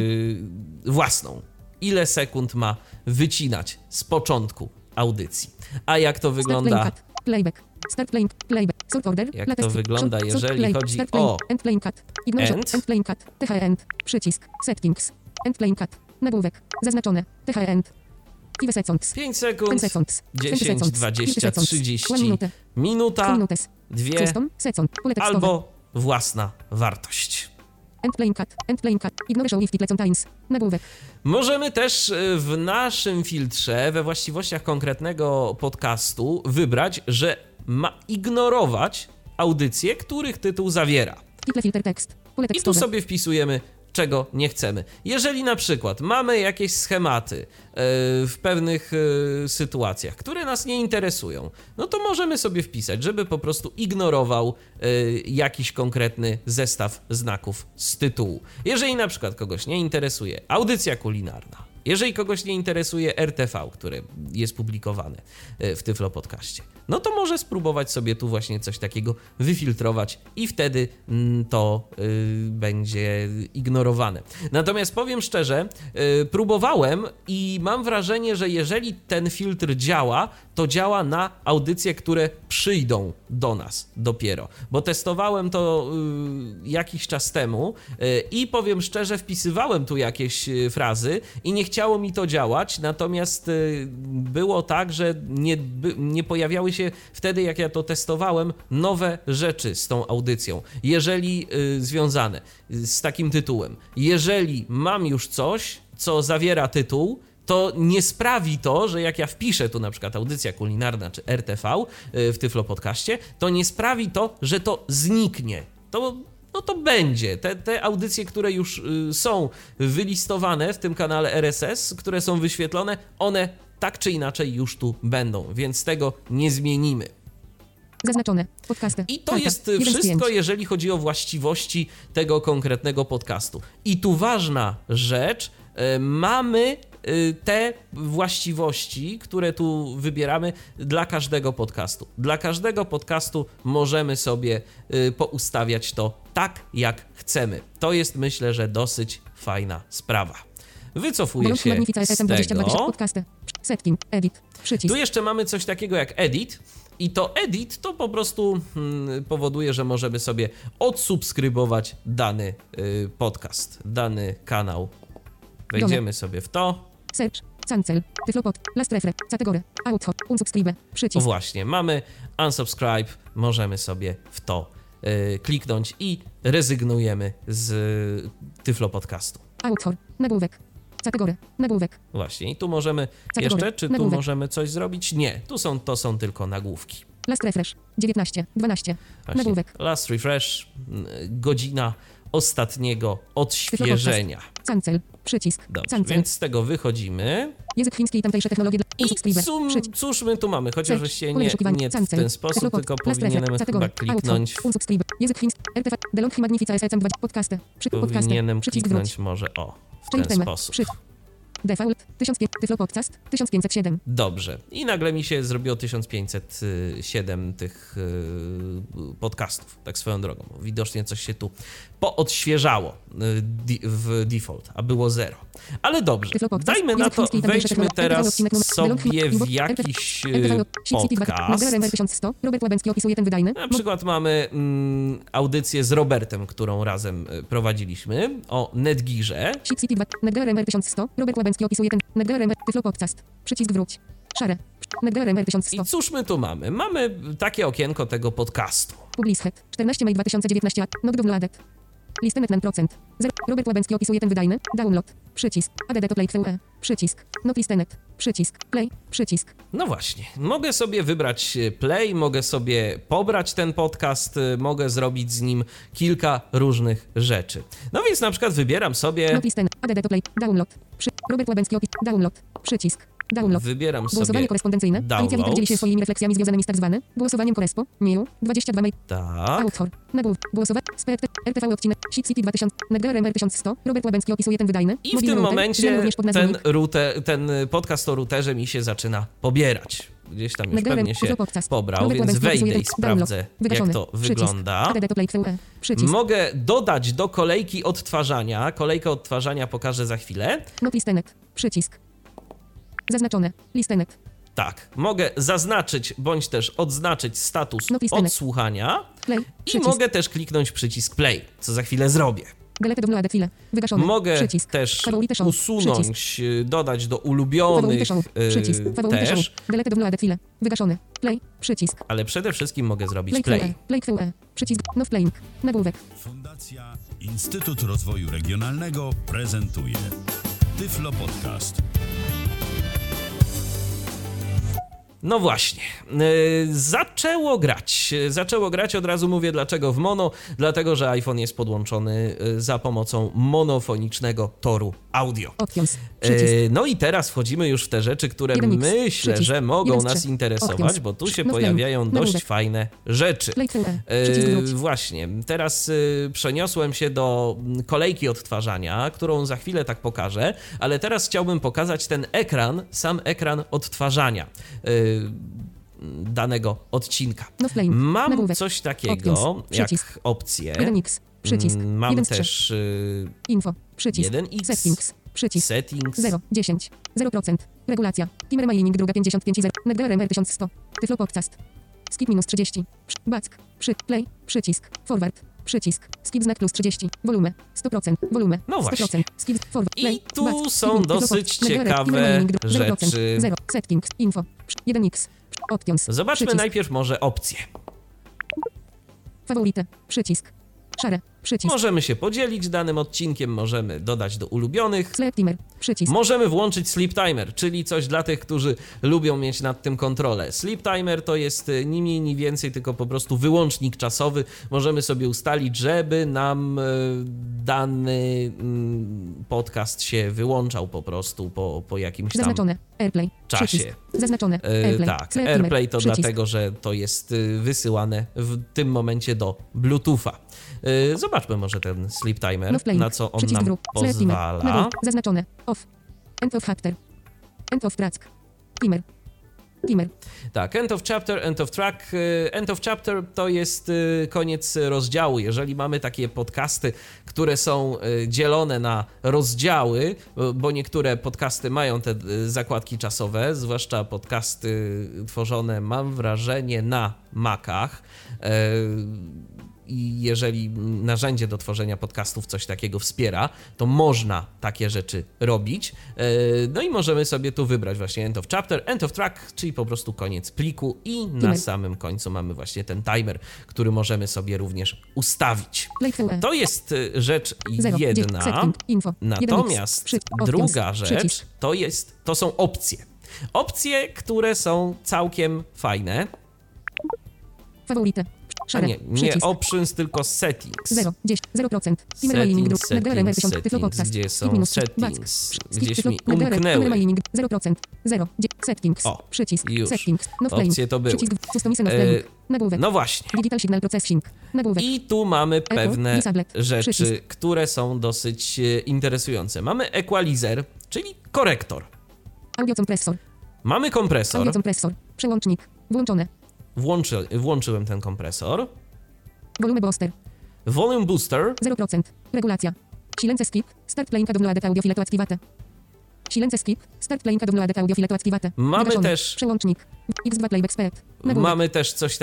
własną. Ile sekund ma wycinać z początku audycji. A jak to wygląda? Playback. Start playing, playback, sort order, jak to wygląda, jeżeli chodzi o end playing cut, end playing cut, THE end, przycisk, settings, end playing cut, nagłówek, zaznaczone, THE end, 5 seconds, 5 sekund, 10, 20, 30, minuta, 2, albo własna wartość. End playing cut, ignore show if title contains, nagłówek. Możemy też w naszym filtrze, we właściwościach konkretnego podcastu wybrać, że ma ignorować audycje, których tytuł zawiera. Filter tekst, pole tekstowe. I tu sobie wpisujemy, czego nie chcemy. Jeżeli na przykład mamy jakieś schematy w pewnych sytuacjach, które nas nie interesują, no to możemy sobie wpisać, żeby po prostu ignorował jakiś konkretny zestaw znaków z tytułu. Jeżeli na przykład kogoś nie interesuje audycja kulinarna, jeżeli kogoś nie interesuje RTV, które jest publikowane w Tyflo Podcaście, no to może spróbować sobie tu właśnie coś takiego wyfiltrować i wtedy to będzie ignorowane. Natomiast powiem szczerze, próbowałem i mam wrażenie, że jeżeli ten filtr działa, to działa na audycje, które przyjdą do nas dopiero. Bo testowałem to jakiś czas temu i powiem szczerze, wpisywałem tu jakieś frazy i nie chciało mi to działać, natomiast było tak, że nie pojawiały się wtedy, jak ja to testowałem, nowe rzeczy z tą audycją. Jeżeli związane z takim tytułem, jeżeli mam już coś, co zawiera tytuł, to nie sprawi to, że jak ja wpiszę tu na przykład audycja kulinarna czy RTV w Tyflo Podcaście, to nie sprawi to, że to zniknie. No to będzie. Te audycje, które już są wylistowane w tym kanale RSS, które są wyświetlone, one tak czy inaczej już tu będą, więc tego nie zmienimy. Zaznaczone. Podcasty. I to jest wszystko, jeżeli chodzi o właściwości tego konkretnego podcastu. I tu ważna rzecz, mamy te właściwości, które tu wybieramy dla każdego podcastu. Dla każdego podcastu możemy sobie poustawiać to tak, jak chcemy. To jest, myślę, że dosyć fajna sprawa. Wycofuję się z tego. Setting, edit, przycisk. Tu jeszcze mamy coś takiego jak edit. I to edit to po prostu powoduje, że możemy sobie odsubskrybować dany podcast, dany kanał. Wejdziemy sobie w to. Search, cancel, tyflopod, last refer, category, auto, unsubscribe, przycisk. O właśnie, mamy unsubscribe, możemy sobie w to kliknąć i rezygnujemy z Tyflo Podcastu. Autor, nagłówek, category, nagłówek. Właśnie, i tu możemy category, jeszcze, czy nagłówek. tu możemy coś zrobić? Nie, to są tylko nagłówki. Last refresh, 19, 12, właśnie, nagłówek. Last refresh, godzina ostatniego odświeżenia. Cancel. Przycisk. Dobrze, Cancel. więc z tego wychodzimy. Język chiński i tamtejsze technologie dla I cóż my tu mamy? Chociaż właściwie nie w ten sposób, tylko powinienem chyba kliknąć. Język chiński. RTV. DeLonghi Magnifica SECM 2. Podcasty. Powinienem kliknąć może w ten sposób. Default 1500. Tyflo Podcast 1507. Dobrze. I nagle mi się zrobiło 1507 tych podcastów, tak swoją drogą. Widocznie coś się tu poodświeżało w default, a było 0. Ale dobrze, dajmy na to, wejdźmy teraz sobie w jakiś podcast. Robert Łabęcki opisuje ten wydajny. Na przykład mamy audycję z Robertem, którą razem prowadziliśmy, o Netgearze. Netgear MR 1100. Robert Łabęcki opisuje ten Netgear MR Tyflo Podcast. Przycisk wróć. Szare. Netgear MR 1100. I cóż my tu mamy? Mamy takie okienko tego podcastu. Publishet. 14 maj 2019. Not downloaded. Listenet na procent. 0. Robert Łabęcki opisuje ten wydajny. Download. Przycisk. ADD to play QE. Przycisk. Not listenet. Przycisk. Play. Przycisk. No właśnie. Mogę sobie wybrać play, mogę sobie pobrać ten podcast, mogę zrobić z nim kilka różnych rzeczy. No więc na przykład wybieram sobie... Not listenet. ADD to play. Download. Robert Łabęcki download. Przycisk. Download. Wybieram sobie głosowanie korespondencyjne. Alicja Witter dzieli się swoimi refleksjami związanymi z tak zwanym głosowaniem korespo. Miu. 22 maj. Tak. Autor. Nagłów. Głosowanie. Spekt. RTV odcinek. Shit City 2000. Netgear MR 1100. Robert Łabęcki opisuje ten wydajny. I w tym momencie ten podcast o routerze mi się zaczyna pobierać. Gdzieś tam już pewnie się pobrał, więc wejdę i sprawdzę, jak to wygląda. Mogę dodać do kolejki odtwarzania. Kolejkę odtwarzania pokażę za chwilę. Not listenet. Przycisk. Zaznaczone. Listenet. Tak, mogę zaznaczyć bądź też odznaczyć status odsłuchania i mogę też kliknąć przycisk play, co za chwilę zrobię. Mogę też usunąć, dodać do ulubionych też, wygaszone. Play, przycisk. Ale przede wszystkim mogę zrobić play. Przycisk, no playing, nagłówek. Fundacja Instytut Rozwoju Regionalnego prezentuje Tyflo Podcast. No właśnie, zaczęło grać, od razu mówię dlaczego w mono, dlatego że iPhone jest podłączony za pomocą monofonicznego toru audio. No i teraz wchodzimy już w te rzeczy, które myślę, że mogą nas interesować, bo tu się pojawiają dość fajne rzeczy. Właśnie, teraz przeniosłem się do kolejki odtwarzania, którą za chwilę tak pokażę, ale teraz chciałbym pokazać ten ekran, sam ekran odtwarzania danego odcinka. Mam coś takiego jak opcję. Mam też info, przycisk, 1x, settings, 0, 10, 0%, regulacja, timer mining, druga 55, 0, Netgear MR 1100, Tyflo Podcast, skip minus 30, back, play, przycisk, forward, przycisk, skip znak plus 30, volume, 100%, volume, no 100%, właśnie. skip, forward, play, i tu są dosyć ciekawe rzeczy. 0, settings, info, 1x, options. Zobaczmy najpierw może opcje. Favorite, przycisk, szare, przycisk. Możemy się podzielić danym odcinkiem, możemy dodać do ulubionych. Sleep timer, przycisk. Możemy włączyć sleep timer, czyli coś dla tych, którzy lubią mieć nad tym kontrolę. Sleep timer to jest ni mniej, ni więcej, tylko po prostu wyłącznik czasowy. Możemy sobie ustalić, żeby nam dany podcast się wyłączał po prostu po jakimś tam Zaznaczone. AirPlay. czasie. Przycisk. Zaznaczone. AirPlay. Tak, AirPlay to dlatego, że to jest wysyłane w tym momencie do Bluetootha. Zobaczmy może ten sleep timer, na co on nam pozwala. Zaznaczone. Off. End of chapter. End of track. Timer. Tak, end of chapter, end of track. End of chapter to jest koniec rozdziału. Jeżeli mamy takie podcasty, które są dzielone na rozdziały, bo niektóre podcasty mają te zakładki czasowe, zwłaszcza podcasty tworzone, mam wrażenie, na Macach. I jeżeli narzędzie do tworzenia podcastów coś takiego wspiera, to można takie rzeczy robić. No i możemy sobie tu wybrać właśnie end of chapter, end of track, czyli po prostu koniec pliku i na samym końcu mamy właśnie ten timer, który możemy sobie również ustawić. To jest rzecz jedna, natomiast druga rzecz to są opcje. Opcje, które są całkiem fajne. Favorite. Szare. Nie Przycisk. options, tylko settings. 0%. Settings, gdzie są settings? Gdzieś mi umknęły. 0%. Settings. O, Przycisk. już. Settings. Opcje to były. Przycisk. Customize playing. Nagłówek. No właśnie. Digital Signal Processing. Nagłówek. I tu mamy pewne Disablet. rzeczy, Przycisk. które są dosyć interesujące. Mamy equalizer, czyli korektor. Audio kompresor. Mamy kompresor. Audio kompresor. Przełącznik. Włączone. Włączyłem ten kompresor. Volume booster. Volume booster. 0%. Regulacja. Silence skip. Start playing downloaded audio file to activate. Silence skip. Start playing downloaded audio file to activate. Mamy Wygaszony. też- Przełącznik. X2 playback speed. Nagłówek. Mamy też coś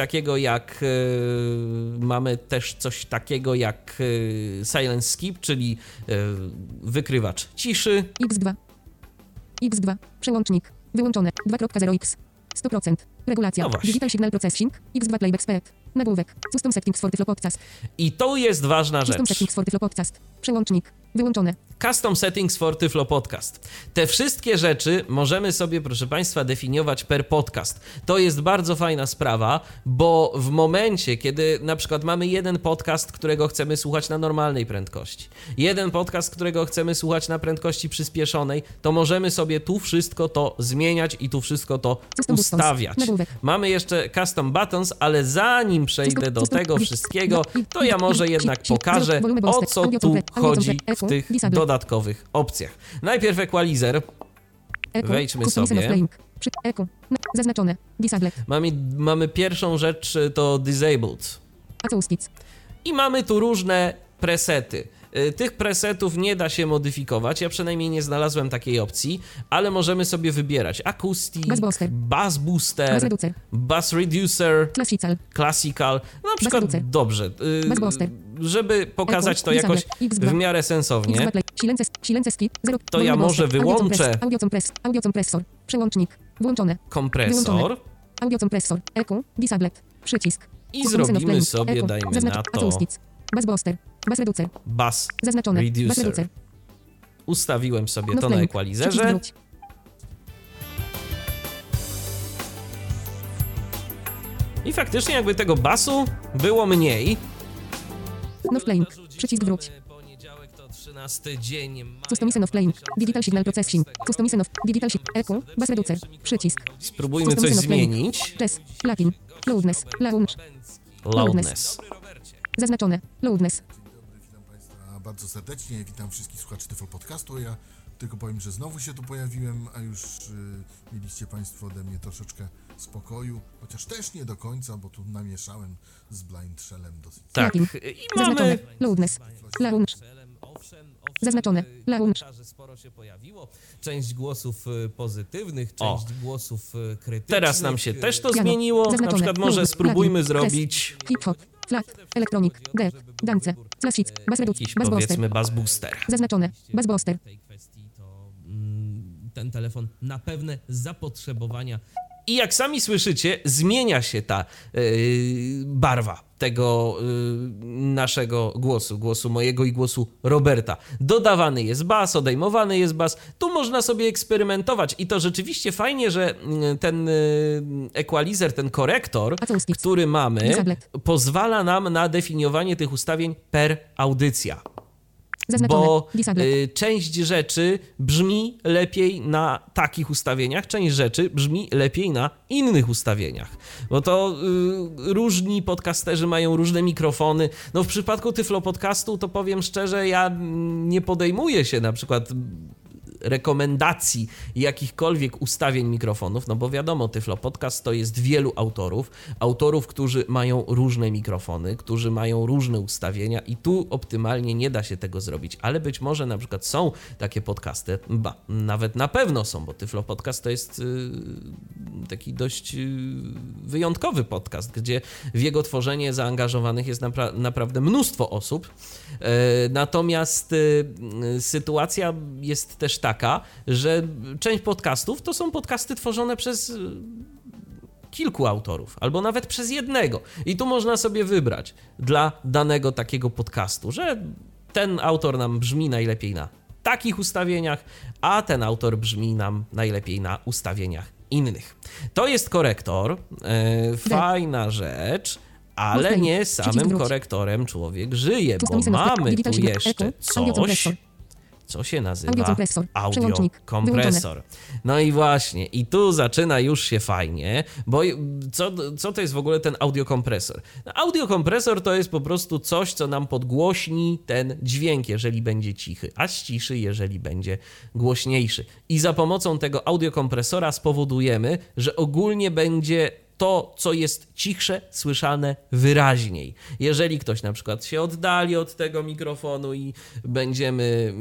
takiego jak silent skip, czyli wykrywacz ciszy. X2. Przełącznik. Wyłączone. 2.0x. 100%. Regulacja. No właśnie. Digital Signal Processing. X2 playback speed. Nagłówek. Custom settings for Tyflo Podcast. I to jest ważna Custom rzecz. settings for Tyflo Podcast. Przełącznik. Wyłączone. Custom Settings for Tyflo Podcast. Te wszystkie rzeczy możemy sobie, proszę Państwa, definiować per podcast. To jest bardzo fajna sprawa, bo w momencie, kiedy na przykład mamy jeden podcast, którego chcemy słuchać na normalnej prędkości, jeden podcast, którego chcemy słuchać na prędkości przyspieszonej, to możemy sobie tu wszystko to zmieniać i tu wszystko to Custom buttons. ustawiać. Nagłówek. Mamy jeszcze Custom Buttons, ale zanim przejdę do tego wszystkiego, to ja może jednak pokażę, o co tu chodzi w tych dodatkowych opcjach. Najpierw equalizer. Wejdźmy sobie. Zaznaczone. Disablet. Mamy pierwszą rzecz, to disabled. Acoustics. I mamy tu różne presety. Tych presetów nie da się modyfikować, ja przynajmniej nie znalazłem takiej opcji, ale możemy sobie wybierać acoustic, bass booster, bass reducer, classical, na przykład dobrze, żeby pokazać to jakoś w miarę sensownie, to ja może wyłączę audio kompresor, przełącznik, włączone, kompresor audio kompresor, EQ, disablet, przycisk i zrobimy sobie, dajmy na to bass booster, bass reducer, bass zaznaczone, reducer. bass reducer. Ustawiłem sobie to na equalizerze. I faktycznie jakby tego basu było mniej. No playing. Przycisk wróć. Poniedziałek to 13 dzień. Customize of playing. Digital Signal Processing. Customize of Digital EQ. Bass reducer. Przycisk. Spróbujmy coś zmienić. Chess. Plugin. Loudness. Loudness. Zaznaczone. Loudness. Witam Państwa bardzo serdecznie, witam wszystkich słuchaczy Tyflo Podcastu. Ja tylko powiem, że znowu się tu pojawiłem, a już mieliście Państwo ode mnie troszeczkę spokoju, chociaż też nie do końca, bo tu namieszałem z Blind Shellem dosyć. Tak, i mamy... Loudness. Lounge. Zaznaczone. Lounge. Sporo się pojawiło. Część głosów pozytywnych, część głosów krytycznych. Teraz nam się też to zmieniło. Na przykład może spróbujmy zrobić... Hip-hop. Flat, Electronic, Dev, Dance, Classic, Bass Reducer, Jakiś powiedzmy Bass Booster. Zaznaczone, Bass Booster. W tej kwestii to ten telefon na pewne zapotrzebowania. I jak sami słyszycie, zmienia się ta barwa tego naszego głosu mojego i głosu Roberta. Dodawany jest bas, odejmowany jest bas. Tu można sobie eksperymentować i to rzeczywiście fajnie, że ten equalizer, ten korektor, który mamy, pozwala nam na definiowanie tych ustawień per audycja. Bo część rzeczy brzmi lepiej na takich ustawieniach, część rzeczy brzmi lepiej na innych ustawieniach. Bo to różni podcasterzy mają różne mikrofony. No w przypadku Tyflo Podcastu to powiem szczerze, ja nie podejmuję się na przykład rekomendacji jakichkolwiek ustawień mikrofonów, no bo wiadomo, Tyflo Podcast to jest wielu autorów, którzy mają różne mikrofony, którzy mają różne ustawienia i tu optymalnie nie da się tego zrobić, ale być może na przykład są takie podcasty, nawet na pewno są, bo Tyflo Podcast to jest taki dość wyjątkowy podcast, gdzie w jego tworzenie zaangażowanych jest naprawdę mnóstwo osób, natomiast sytuacja jest też taka, że część podcastów to są podcasty tworzone przez kilku autorów, albo nawet przez jednego. I tu można sobie wybrać dla danego takiego podcastu, że ten autor nam brzmi najlepiej na takich ustawieniach, a ten autor brzmi nam najlepiej na ustawieniach innych. To jest korektor, fajna rzecz, Ale Must nie Przycisk samym wróć. korektorem człowiek żyje, bo Custom SMS, mamy digital tu signal, jeszcze echo, coś, audiokompresor. co się nazywa Audiokompresor. Przełącznik. audiokompresor. No i właśnie, i tu zaczyna już się fajnie, bo co to jest w ogóle ten audiokompresor? No, audiokompresor to jest po prostu coś, co nam podgłośni ten dźwięk, jeżeli będzie cichy, a ściszy, jeżeli będzie głośniejszy. I za pomocą tego audiokompresora spowodujemy, że ogólnie będzie to, co jest cichsze, słyszane wyraźniej. Jeżeli ktoś na przykład się oddali od tego mikrofonu i będziemy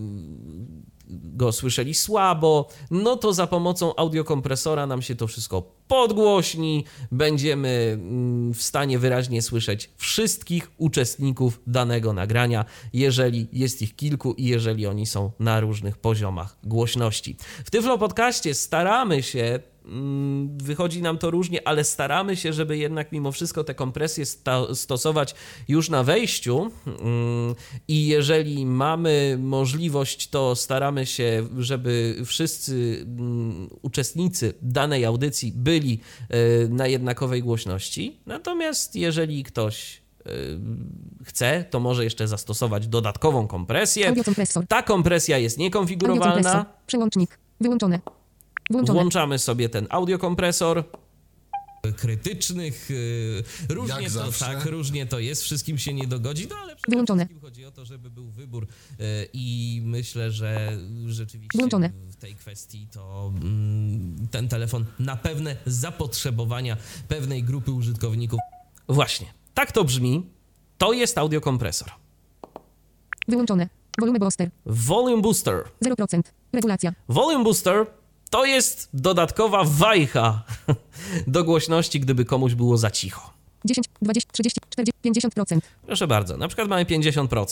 go słyszeli słabo, no to za pomocą audiokompresora nam się to wszystko podgłośni, będziemy w stanie wyraźnie słyszeć wszystkich uczestników danego nagrania, jeżeli jest ich kilku i jeżeli oni są na różnych poziomach głośności. W Tyflo Podcaście staramy się, wychodzi nam to różnie, ale staramy się, żeby jednak mimo wszystko te kompresje stosować już na wejściu i jeżeli mamy możliwość, to staramy się, żeby wszyscy uczestnicy danej audycji byli na jednakowej głośności. Natomiast jeżeli ktoś chce, to może jeszcze zastosować dodatkową kompresję. Audiokompresor. Ta kompresja jest niekonfigurowalna. Audiokompresor. Przełącznik. Wyłączone. Włączone. Włączamy sobie ten audiokompresor. Krytycznych, różnie Jak to zawsze. tak, różnie to jest, wszystkim się nie dogodzi, no ale przede Wyłączone. wszystkim chodzi o to, żeby był wybór i myślę, że rzeczywiście Włączone. w tej kwestii to ten telefon na pewne zapotrzebowania pewnej grupy użytkowników. Właśnie, tak to brzmi, to jest audiokompresor. Wyłączone. Volume booster. Volume Booster. 0%. Regulacja. Volume Booster to jest dodatkowa wajcha do głośności, gdyby komuś było za cicho. 10, 20, 30, 40, 50%. Proszę bardzo, na przykład mamy 50%.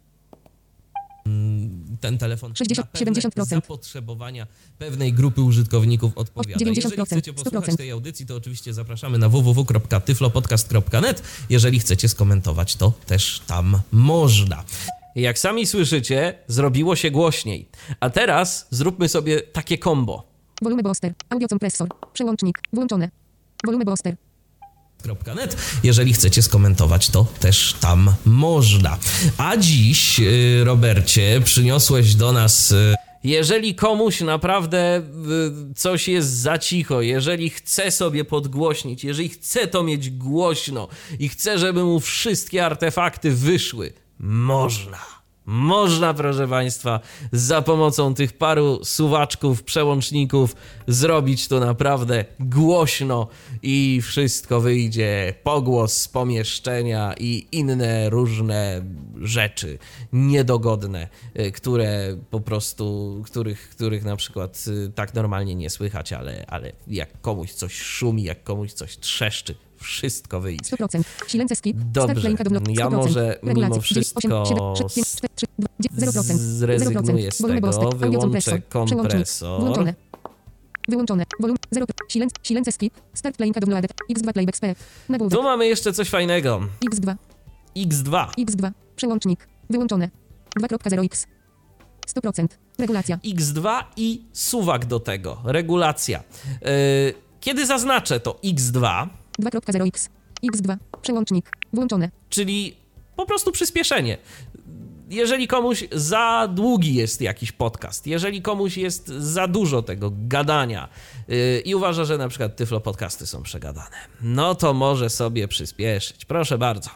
Ten telefon 60, na pewne 70%. zapotrzebowania pewnej grupy użytkowników odpowiada. 90%, Jeżeli chcecie posłuchać 100%. tej audycji, to oczywiście zapraszamy na www.tyflopodcast.net. Jeżeli chcecie skomentować, to też tam można. Jak sami słyszycie, zrobiło się głośniej. A teraz zróbmy sobie takie combo. Volume booster. Audiokompresor. Przełącznik. Włączone. Volume booster. .net. Jeżeli chcecie skomentować, to też tam można. A dziś, Robercie, przyniosłeś do nas... Jeżeli komuś naprawdę coś jest za cicho, jeżeli chce sobie podgłośnić, jeżeli chce to mieć głośno i chce, żeby mu wszystkie artefakty wyszły, można. Można, proszę Państwa, za pomocą tych paru suwaczków, przełączników zrobić to naprawdę głośno i wszystko wyjdzie, pogłos z pomieszczenia i inne różne rzeczy niedogodne, które po prostu, których na przykład tak normalnie nie słychać, ale jak komuś coś szumi, jak komuś coś trzeszczy, wszystko wyjdzie. 100%. Silence skip. Dobrze, Start playing download. 100%. ja może mimo Regulacja. wszystko 8, 7, 3, 5, 4, 3, 2, 0%. zrezygnuję z Volume tego, booster. wyłączę Audiokompresor. Przełącznik. kompresor. Włączone. Wyłączone. Volume 0. Silence skip. Start playing download. X2 playback speed. Nagłówek. Tu mamy jeszcze coś fajnego. X2. X2. X2. Przełącznik. Wyłączone. 2.0x. 100%. Regulacja. X2 i suwak do tego. Regulacja. Kiedy zaznaczę to X2, 2.0x. X2. Przełącznik. Włączone. czyli po prostu przyspieszenie. Jeżeli komuś za długi jest jakiś podcast, jeżeli komuś jest za dużo tego gadania i uważa, że na przykład Tyflo Podcasty są przegadane, no to może sobie przyspieszyć. Proszę bardzo.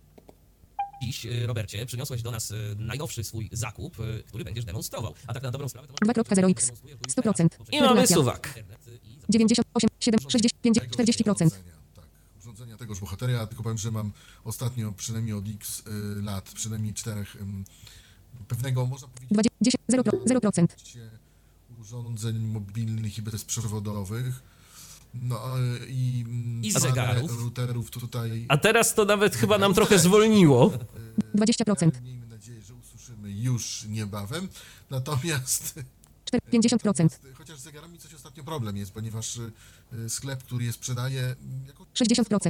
Dziś, Robercie, przyniosłeś do nas najnowszy swój zakup, który będziesz demonstrował. A tak na dobrą sprawę to 2.0x. 100%. I mamy Regulacja. suwak. 98, 7, 60, 50, 40%. Tak, urządzenia tegoż bohatera, tylko powiem, że mam ostatnio, przynajmniej od x lat, przynajmniej 4, pewnego, można powiedzieć, 20, 0%. urządzeń mobilnych i bezprzewodowych, no i I zegarów. routerów tutaj. A teraz to nawet chyba nam trochę zwolniło. 20%. Miejmy nadzieję, że usłyszymy już niebawem, natomiast 50%. chociaż z zegarami coś ostatnio problem jest, ponieważ sklep, który je sprzedaje, jako 60%.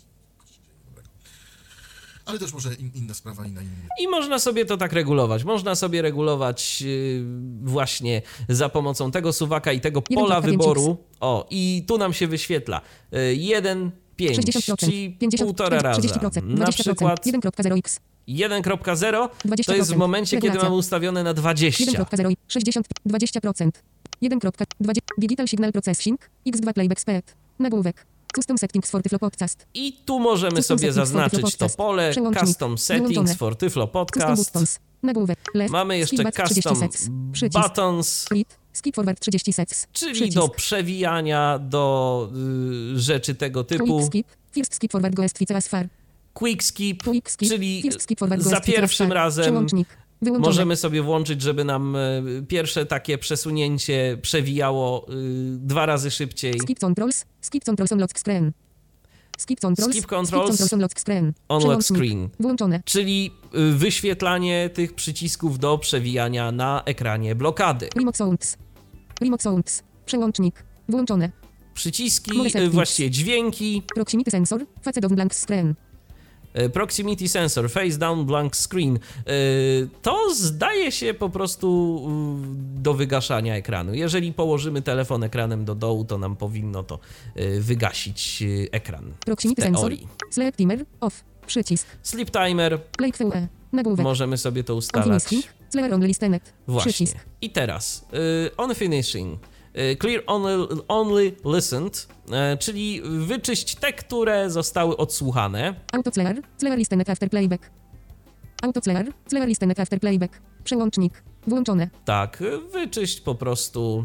ale to już może inna sprawa i na inny. I można sobie to tak regulować. Można sobie regulować właśnie za pomocą tego suwaka i tego pola 1.5x. wyboru. O, i tu nam się wyświetla 1, 5, 60%, czyli 50%, półtora raza. 30%, Na 20%, przykład 1.0x, 1.0 to 20%, jest w momencie, kiedy regulacja. mamy ustawione na 20. 1.0, 60, 20%, 1.20, Digital Signal Processing, X2 Playback Speed, nagłówek, Custom Settings for Tyflo Podcast, I tu możemy Custom sobie settings for zaznaczyć Tyflo to Podcast. pole Przełącznik. Custom Settings Wyłączone. for Tyflo Custom Podcast. Buttons, nagłówek, left, Mamy jeszcze skip back 30 Custom sets, przycisk, Buttons, read, skip forward 30 sets, czyli przycisk, do przewijania, do rzeczy tego typu. quick skip, first skip forward goest feature as far, Quick skip, quick skip, czyli first skip forward za goest feature as pierwszym far, razem przełącznik, wyłączone, możemy sobie włączyć, żeby nam pierwsze takie przesunięcie przewijało 2 razy szybciej. skip controls on lock screen, skip controls on lock screen, On lock przełącznik, screen, włączone, czyli wyświetlanie tych przycisków do przewijania na ekranie blokady. remote sounds, przełącznik, włączone, Przyciski, More settings. właściwie dźwięki, proximity sensor, face down blank screen, proximity sensor, face down blank screen. To zdaje się po prostu do wygaszania ekranu. Jeżeli położymy telefon ekranem do dołu, to nam powinno to wygasić ekran. W proximity sensor, teorii. sleep timer, off, przycisk, Sleep timer, play QE, nagłówek, możemy sobie to on ustalać. finishing, clear only listenet, Właśnie. przycisk, I teraz on finishing. Clear only listened, czyli wyczyść te, które zostały odsłuchane. auto clear listenet after playback, auto clear listenet after playback, przełącznik, włączone, Tak, wyczyść po prostu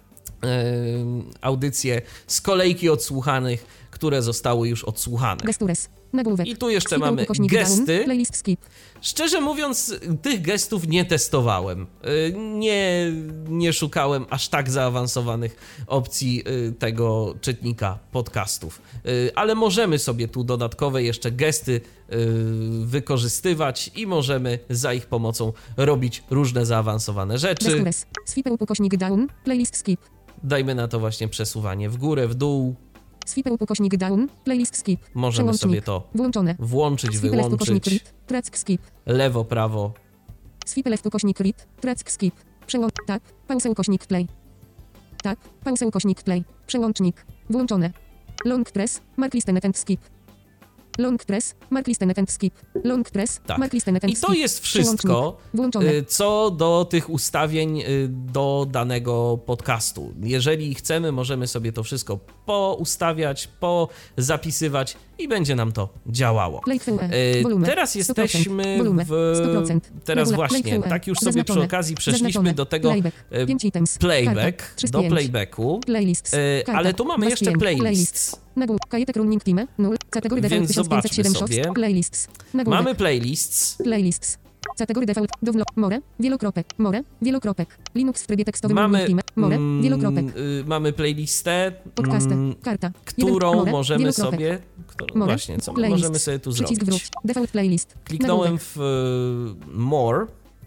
audycje z kolejki odsłuchanych, które zostały już odsłuchane. gestures, nagłówek, I tu jeszcze skip mamy ukośnik down, gesty. playlist skip, Szczerze mówiąc, tych gestów nie testowałem. Nie szukałem aż tak zaawansowanych opcji tego czytnika podcastów. Ale możemy sobie tu dodatkowe jeszcze gesty wykorzystywać i możemy za ich pomocą robić różne zaawansowane rzeczy. gestures, swipe ukośnik down, playlist skip, Dajmy na to właśnie przesuwanie w górę, w dół. swipe ukośnik down, playlist skip, Możemy przełącznik, sobie to włączone, włączyć, swipe left ukośnik wyłączyć. read, track skip, Lewo, prawo. swipe left ukośnik read, track skip, tap, pausa ukośnik play, tap, pausa ukośnik play, przełącznik, włączone, long press, mark listenet and skip, long press, mark listenet and skip, long press, Tak. mark listenet and I skip, to jest wszystko, przełącznik, włączone, co do tych ustawień do danego podcastu. Jeżeli chcemy, możemy sobie to wszystko poustawiać, pozapisywać i będzie nam to działało. play QE, volume, Teraz 100%, jesteśmy volume, w... 100%, Teraz regula- play właśnie, QE, tak już sobie przy zaznaczone, okazji przeszliśmy zaznaczone, do tego playback, 5 items, playback, karta, do 305, playbacku, playlists, karta, ale tu mamy jeszcze Bastian, playlists. Nagłówek, kajetek running team, 0, kategorii Więc default 1507 zobaczmy shots, sobie. playlists, nagłówek, Mamy playlists. playlists, kategorii default, more, wielokropek, Linux w trybie tekstowym Mamy, running team, more, wielokropek, mamy playlistę, podcasty, karta, którą more, możemy wielokropek, sobie... more, Właśnie, co my playlist, możemy sobie tu przycisk zrobić? wróć, default playlist, Kliknąłem nagłówek, w More,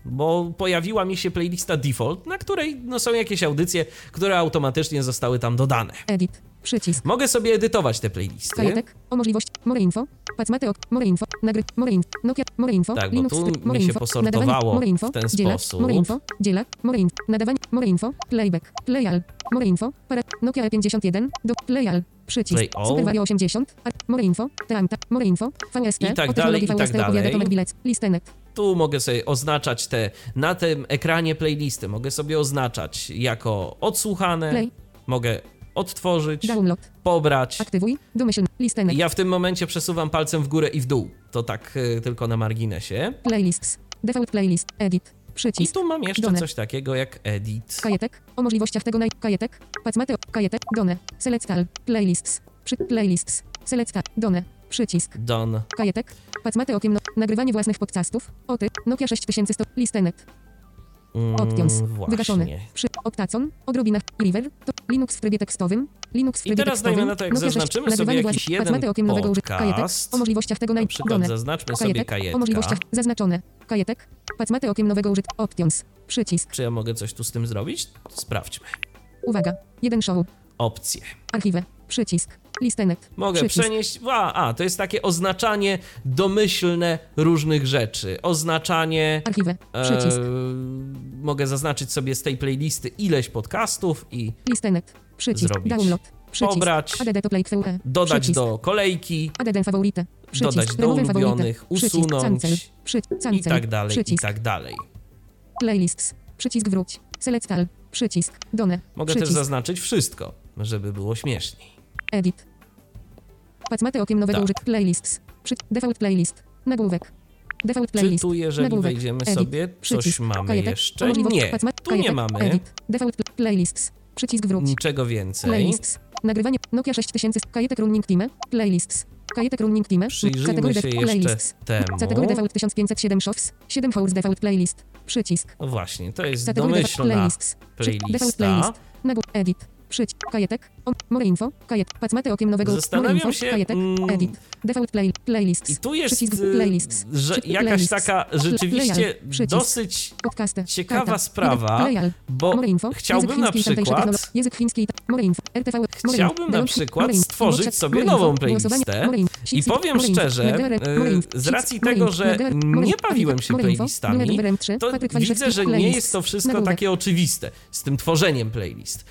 bo pojawiła mi się playlista default, na której są jakieś audycje, które automatycznie zostały tam dodane. edit, przycisk, Mogę sobie edytować te playlisty. kajetek, o możliwość, more info, pacmateo, more info, more info, Nokia, more info, Tak, bo Linux, tu more mi się info, posortowało nadawanie, more info, w ten dzielak, sposób. more info, dzielak, more info, nadawanie, more info, playback, playal, more info, Nokia E51, do playal, przycisk, Play all. Supervario 80, more info, teamta, more info, VST, I tak o dalej, technologii i tak VST opowiada dalej. Tomek Bilec, listenet, Tu mogę sobie oznaczać na tym ekranie playlisty, mogę sobie oznaczać jako odsłuchane, play, mogę odtworzyć, download, pobrać. aktywuj, domyślny, listenet, Ja w tym momencie przesuwam palcem w górę i w dół. To tak tylko na marginesie. playlists, default playlist, edit, I przycisk, tu mam jeszcze Done. coś takiego jak edit. kajetek, o możliwościach tego kajetek, pacmateo, kajetek, done, select all, playlists, select all, done, przycisk, Done. kajetek, pacmateo, nagrywanie własnych podcastów, oty, Nokia 6100, listenet, options, wygaszone, Właśnie. optacon, odrobina, river, to Linux w trybie tekstowym, Linux w I trybie teraz tekstowym, dajmy na to, jak Nokia 6, zaznaczymy sobie nagrywanie jakiś własnych- jeden pacmateo, okiem nowego kajetek, podcast, o możliwościach tego na przykład done, zaznaczmy sobie kajetka. o możliwościach, zaznaczone, kajetek, pacmateo, okiem nowego options, przycisk, Czy ja mogę coś tu z tym zrobić? Sprawdźmy. uwaga, 1 show, Opcje. archiwę, przycisk, listenet, Mogę przycisk, przenieść... to jest takie oznaczanie domyślne różnych rzeczy. Oznaczanie... archiwę, przycisk, mogę zaznaczyć sobie z tej playlisty ileś podcastów i listenet, przycisk, zrobić download, Przycisk. pobrać, ADD to play QE. dodać Przycisk. do kolejki, ADD favorite. Przycisk. dodać do Remove favorite. ulubionych, Przycisk. usunąć Cancel. i Cancel. tak dalej, i Przycisk. tak dalej. Playlists. Przycisk wróć. Select all. Przycisk. Done. Mogę Przycisk. też zaznaczyć wszystko, żeby było śmieszniej. Edit. Pacmaty okiem nowego Tak. użyć. Playlists. Default playlist. Nagłówek. Default Czy playlist. tu, jeżeli Nagłówek. wejdziemy Edit. sobie, coś Przycisk. mamy Kajetek. jeszcze? Możliwość Nie, tu nie kajetek. mamy Edit. Default playlists. Przycisk wróć. niczego więcej. Playlists. Nagrywanie. Nokia 6000. Kajetek running team. Playlists. Kajetek running team. Przyjrzyjmy się jeszcze playlists. temu. Kategoria default 1507 shows. 7 hours default playlist. Przycisk. No właśnie, to jest Kategoria domyślna playlists. Default playlist. playlista. Edit. Przycisk. Kajetek. More info. Kajetek. Pacmaty okiem nowego. Zastanawiam More info. się, Kajetek. Edit. Default playlists. I tu jest, Przycisk playlists. że Przycisk jakaś playlists. taka rzeczywiście Playal. Przycisk. dosyć Podcasty. ciekawa Karta. sprawa, Playal. bo More info. chciałbym Język na chiński, tamtejsza przykład technologia. Język chiński. More info. RTV. More Chciałbym info. na przykład More info. stworzyć More sobie info. nową Głosowanie. playlistę More info. i powiem More info. szczerze, More info. z racji More tego, info. że More info. nie bawiłem się More info. playlistami, Numer 3. to Patryk widzę, Waliszewski. że nie Playlist. jest to wszystko Nagłówek. takie oczywiste z tym tworzeniem playlist.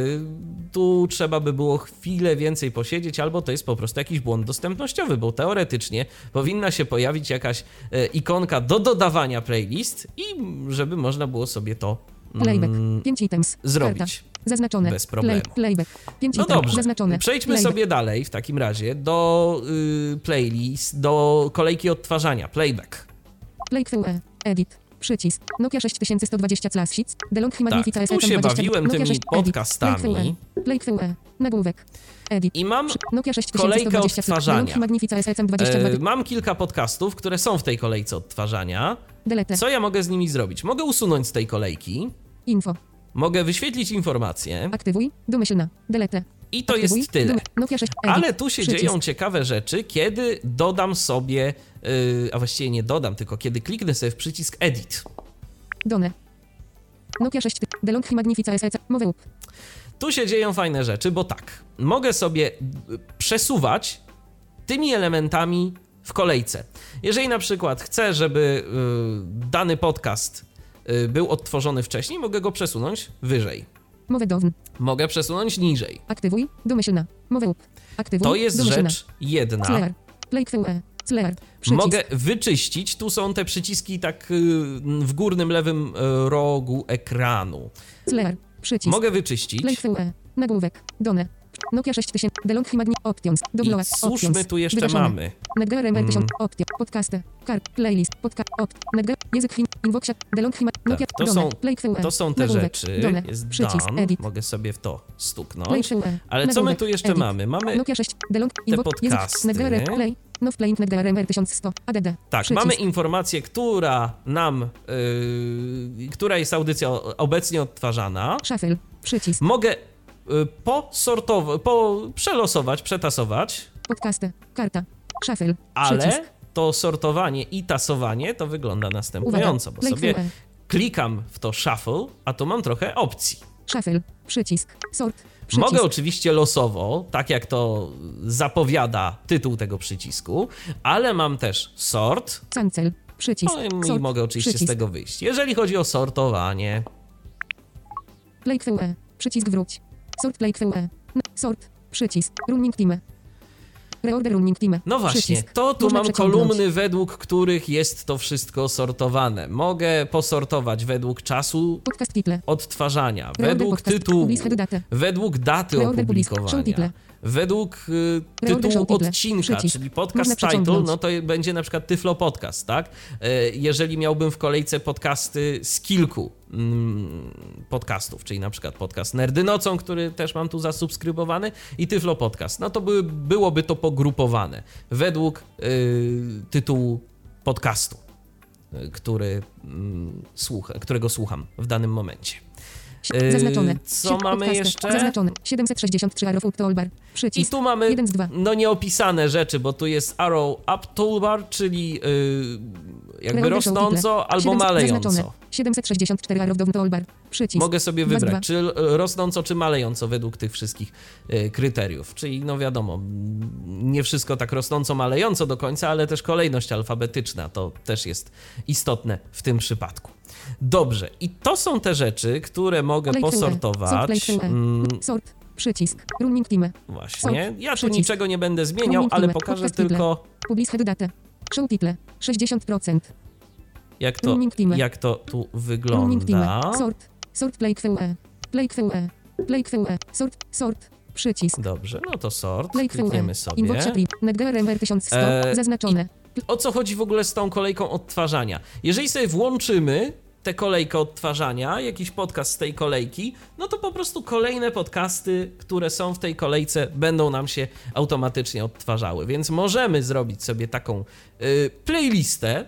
Tu trzeba by było chwilę więcej posiedzieć, albo to jest po prostu jakiś błąd dostępnościowy, bo teoretycznie powinna się pojawić jakaś ikonka do dodawania playlist i żeby można było sobie to Playback. 5 items. zrobić. Karta. Zaznaczone. Bez problemu. Playback. 5 No items. dobrze, Zaznaczone. przejdźmy Playback. sobie dalej w takim razie do playlist, do kolejki odtwarzania, playback. Play QE. Edit. Przycisk. Nokia 6120 Classics. DeLonghi Magnifica tu się SL20. bawiłem Nokia tymi 6 podcastami. Play QE. Nagłówek. Edit. I mam Nokia kolejkę 6120 odtwarzania. DeLonghi Magnifica SL22. Mam kilka podcastów, które są w tej kolejce odtwarzania. Delete. Co ja mogę z nimi zrobić? Mogę usunąć z tej kolejki, Info. mogę wyświetlić informacje Aktywuj. Domyślna. Delete. i to Aktywuj. jest tyle. Nokia 6. Edit. Ale tu się Przycisk. dzieją ciekawe rzeczy, kiedy dodam sobie, a właściwie nie dodam, tylko kiedy kliknę sobie w przycisk Edit. Done. Nokia 6. DeLonghi Magnifica SL. Move up. Tu się dzieją fajne rzeczy, bo tak, mogę sobie przesuwać tymi elementami w kolejce. Jeżeli na przykład chcę, żeby dany podcast był odtworzony wcześniej, mogę go przesunąć wyżej. Move down. Mogę przesunąć niżej. Aktywuj. Domyślna. Move up. Aktywuj. To jest domyślna. rzecz jedna. Clear. Play QE. Clear. Przycisk. Mogę wyczyścić, tu są te przyciski tak w górnym lewym rogu ekranu. Clear. Przycisk. Mogę Play wyczyścić. QE. Nagłówek. Done. Nokia 6000. DeLonghi Magni. Options. I Dobload. cóż my tu jeszcze Wygaszone. mamy? Netgear MR1000. Option. Podcasty. Kart. Playlist. Podcast. Netgear. Język fin. Inboxia. DeLonghi Magni. Nokia. to Done. są- Play QE. To są te Nagłówek. rzeczy. Done. Jest Przycisk. done. Edit. Mogę sobie w to Play stuknąć. QE. Ale co my Nagłówek. tu jeszcze Edit. mamy? Mamy Nokia 6. DeLonghi. Inbox. Język. podcasty. Netgear Play. Now playing Netgear MR1100. ADD. Tak, Przycisk. mamy informację, która jest audycja obecnie odtwarzana. Shuffle. Przycisk. Mogę przelosować, przetasować, Podcasty. Karta. Shuffle. ale Przycisk. to sortowanie i tasowanie to wygląda następująco, bo Play sobie QE. klikam w to shuffle, a tu mam trochę opcji. Shuffle. Przycisk. Sort. Przycisk. Mogę oczywiście losowo, tak jak to zapowiada tytuł tego przycisku, ale mam też sort, Cancel. Przycisk. no i Sort. mogę oczywiście Przycisk. z tego wyjść. Jeżeli chodzi o sortowanie, Play QE. Przycisk wróć. Sort play QE. Sort. Przycisk. Running team. Reorder running team. no właśnie, Przycisk. to tu Można mam przeciągnąć. kolumny, według których jest to wszystko sortowane. Mogę posortować według czasu Podcast title. odtwarzania, Reorder według podcast. tytułu, Publish head date. według daty Reorder publish. Show opublikowania, title. według Reorder tytułu show title. odcinka, Przycisk. czyli Można podcast title, przeciągnąć. no to będzie na przykład Tyflo Podcast, tak? Jeżeli miałbym w kolejce podcasty z kilku podcastów, czyli na przykład podcast Nerdy Nocą, który też mam tu zasubskrybowany, i Tyflo Podcast, no to byłoby to pogrupowane według tytułu podcastu, którego słucham w danym momencie. Zaznaczone. Co mamy Podcasty. jeszcze? Zaznaczone. 763 Arrow Up Toolbar. I Przycisk. tu mamy 1 z 2. no nieopisane rzeczy, bo tu jest arrow up toolbar, czyli jakby Reorder show rosnąco title. albo 700 malejąco. Zaznaczone. 764 Arrow Down Toolbar. Przycisk. Mogę sobie 2 z wybrać, 2. czy rosnąco, czy malejąco według tych wszystkich kryteriów. Czyli no wiadomo, nie wszystko tak rosnąco, malejąco do końca, ale też kolejność alfabetyczna to też jest istotne w tym przypadku. Dobrze, i to są te rzeczy, które mogę Play QE. Sort posortować. play QE. Sort. Przycisk. Running time. Właśnie. Ja tu Przycisk. niczego nie będę zmieniał, Running ale time. pokażę Podcast title. tylko, Publish head date. Show title. 60%. jak to tu Running wygląda. time. Sort. Sort play QE. Play QE. Play QE. Sort. Sort. Przycisk. Dobrze, no to sort. Play QE. Klikniemy sobie. Inbox trip. NetGRMR 1100. Zaznaczone. O co chodzi w ogóle z tą kolejką odtwarzania? Jeżeli sobie włączymy tę kolejkę odtwarzania, jakiś podcast z tej kolejki, no to po prostu kolejne podcasty, które są w tej kolejce, będą nam się automatycznie odtwarzały. Więc możemy zrobić sobie taką playlistę,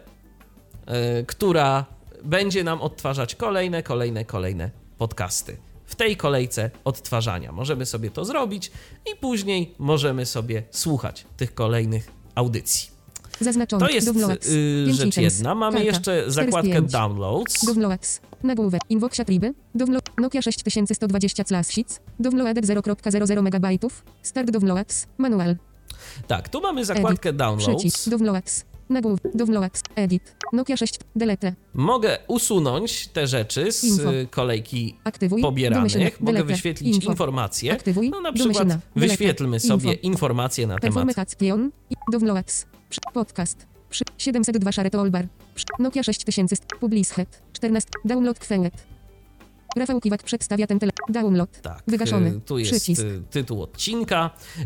która będzie nam odtwarzać kolejne podcasty w tej kolejce odtwarzania. Możemy sobie to zrobić i później możemy sobie słuchać tych kolejnych audycji. Zaznaczone. To jest rzecz jedna. Mamy jeszcze zakładkę Downloads. Downloads. Nagłówek. Inboxa triby. Nokia 6120 Classics. Downloaded 0.00 MB. Start Downloads. Manual. Tak, tu mamy zakładkę Edit. Downloads. Przycisk. Downloads. Nagłówek. Downloads. Edit. Nokia 6. Delete. Mogę usunąć te rzeczy z Info. kolejki Aktywuj. pobieranych. Domyślne. Mogę Delete. wyświetlić Info. informacje. Aktywuj. No na przykład Domyślna. Delete. wyświetlmy sobie Info. informacje na temat Performation. Downloads. Podcast. 702 Share Toolbar. Nokia 6000. Publish head. 14. Download Queued. Rafał Kiwak przedstawia ten download. Tak, Wygaszony. tu jest Przycisk. tytuł odcinka.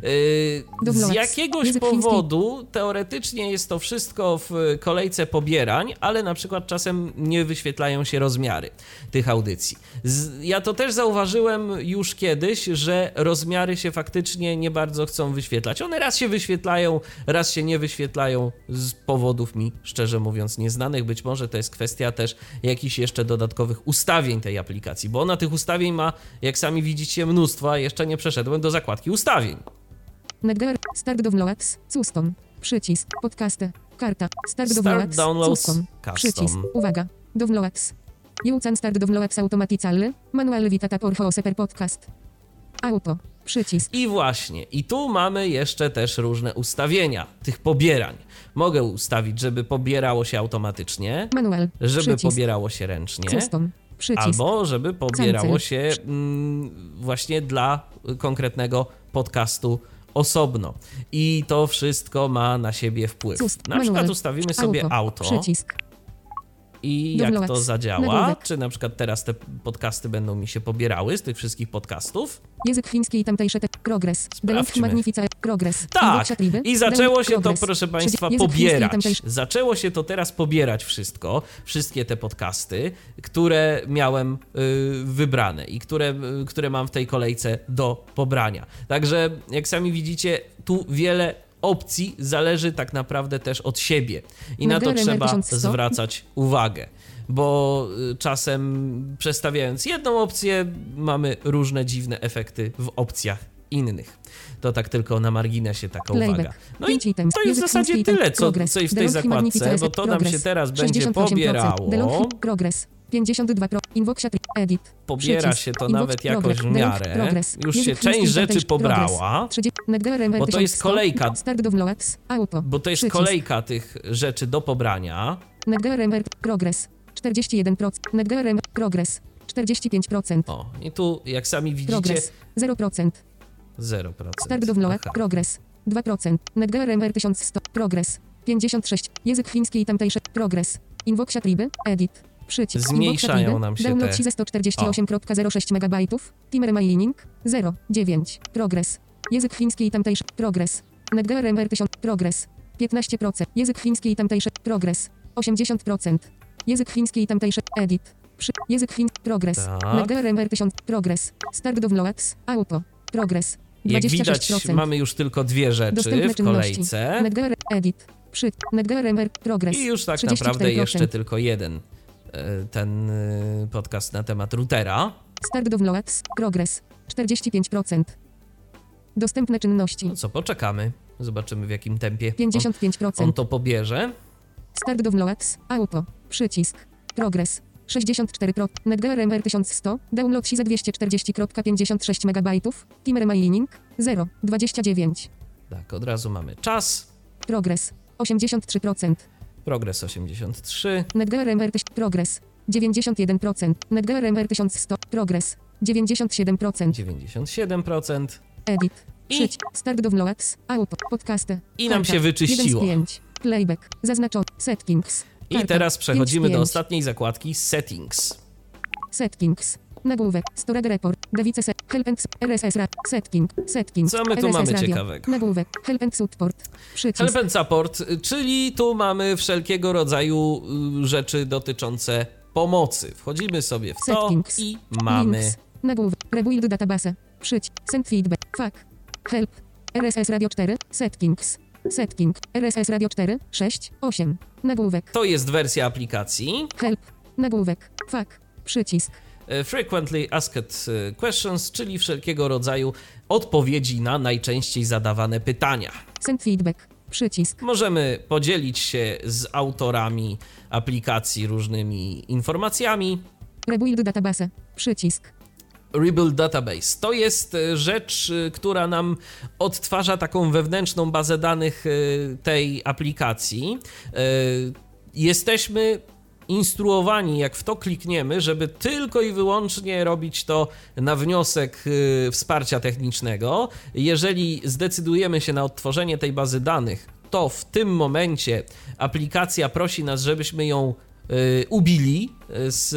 Z Downloads. jakiegoś Język powodu teoretycznie jest to wszystko w kolejce pobierań, ale na przykład czasem nie wyświetlają się rozmiary tych audycji. Ja to też zauważyłem już kiedyś, że rozmiary się faktycznie nie bardzo chcą wyświetlać. One raz się wyświetlają, raz się nie wyświetlają z powodów mi, szczerze mówiąc, nieznanych. Być może to jest kwestia też jakichś jeszcze dodatkowych ustawień tej aplikacji, bo ona tych ustawień ma, jak sami widzicie, mnóstwo, a jeszcze nie przeszedłem do zakładki ustawień. NetGR. Start Downloads. Custom. Przycisk. Podcasty. Karta. Start Downloads. Custom. Przycisk. Uwaga. Downloads. Jucan Start Downloads automaticalny. Manual Vitata por Hose per podcast. Auto. Przycisk. I właśnie, i tu mamy jeszcze też różne ustawienia tych pobierań. Mogę ustawić, żeby pobierało się automatycznie, Manual. żeby Przycisk. pobierało się ręcznie, Custom. Przycisk. albo żeby pobierało Cancel. się właśnie dla konkretnego podcastu osobno. I to wszystko ma na siebie wpływ. Na przykład Manual. ustawimy sobie auto. Przycisk. I jak to Downloads. zadziała, Nagłówek. czy na przykład teraz te podcasty będą mi się pobierały z tych wszystkich podcastów. Język fiński i tamtejsze progres. Delete Sprawdźmy. Magnifica progres. Tak, Inboxa triby. i zaczęło się to, Progress. proszę Państwa, Język fiński i pobierać. tamtejsze- Zaczęło się to teraz pobierać wszystko, wszystkie te podcasty, które miałem wybrane i które mam w tej kolejce do pobrania. Także, jak sami widzicie, tu wiele opcji zależy tak naprawdę też od siebie i na to Nagrałem trzeba 1100. zwracać uwagę, bo czasem przestawiając jedną opcję mamy różne dziwne efekty w opcjach innych. To tak tylko na marginesie taka Playback. uwaga. No i 5 items. to jest w Język zasadzie fiński i tyle, progres. co w tej Delete Magnifica zakładce, bo Effect to nam się progress. teraz będzie 68%. pobierało. Delete progress. 52 Inboxa tri- edit. Pobiera Przycisk. się to Inbox nawet jakoś progress. w miarę. Progress. Już się Język część fiński i rzeczy tamtejsze pobrała, progress. 30. NetGRMR bo to jest 1100. kolejka. Start Downloads. Auto. bo to jest Przycisk. kolejka tych rzeczy do pobrania. NetGRMR progress. 41%. NetGRMR progress. 45%. O, i tu jak sami widzicie Progress. 0%. 0%. Start Download. Aha. Progress. 2%. NetGRMR 1100. Progress. 56. Język fiński i tamtejsze. Progress. Inboxa triby. Edit. Przycisk. Zmniejszają Inboxa triby. nam się Download te- ze 148.06 MB. Timer Mailing. 0,9. Progress. Język fiński i tamtejsze. Progress. NetGRMR 1000. Progress. 15%. Język fiński i tamtejsze. Progress. 80%. Język fiński i tamtejsze. Edit. Język fiński. Progress. Tak. NetGRMR 1000. Progress. Start Downloads. Auto. Progress. Jak widać, 26%. mamy już tylko dwie rzeczy Dostępne w czynności. kolejce. NetGR Edit. NetGRMR Progress. I już tak 34%. naprawdę jeszcze tylko jeden ten podcast na temat routera. Start Downloads. Progress. 45%. Dostępne czynności. No co, poczekamy. Zobaczymy w jakim tempie 55%. on to pobierze. Start Downloads. Auto. Przycisk. Progress. 64%. NetGRMR 1100. Download za 240.56 MB. Timer Mailing. 0,29. Tak, od razu mamy czas. Progress. 83%. Progres 83. NetGRMR Progress. 91%. NetGRMR 1100. Progress. 97%. 97%. Edit. I- Przycisk. Start downloads. Auto. Podcasty. I nam Karta. się wyczyściło. 1 z 5. Playback. Zaznaczony. Settings. I Karta. teraz przechodzimy 5 z do 5. ostatniej zakładki Settings. Settings. Nagłówek. Storage report. Davice set. Help and RSS setting. Settings. Co my tu RSS mamy radio. ciekawego? Nagłówek. Help and support. Przycisk. Help and Support, czyli tu mamy wszelkiego rodzaju rzeczy dotyczące pomocy. Wchodzimy sobie w to Settings. i mamy... Links. Nagłówek. Rebuild database. Przycisk. Send feedback. Fuck. Help. RSS Radio 4. Settings. Setting. RSS Radio 4. 6. 8. Nagłówek. To jest wersja aplikacji. Help. Nagłówek. Fuck. Przycisk. Frequently Asked Questions, czyli wszelkiego rodzaju odpowiedzi na najczęściej zadawane pytania. Send feedback. Przycisk. Możemy podzielić się z autorami aplikacji różnymi informacjami. Rebuild database. Przycisk. Rebuild Database to jest rzecz, która nam odtwarza taką wewnętrzną bazę danych tej aplikacji. Jesteśmy instruowani, jak w to klikniemy, żeby tylko i wyłącznie robić to na wniosek wsparcia technicznego. Jeżeli zdecydujemy się na odtworzenie tej bazy danych, to w tym momencie aplikacja prosi nas, żebyśmy ją ubili z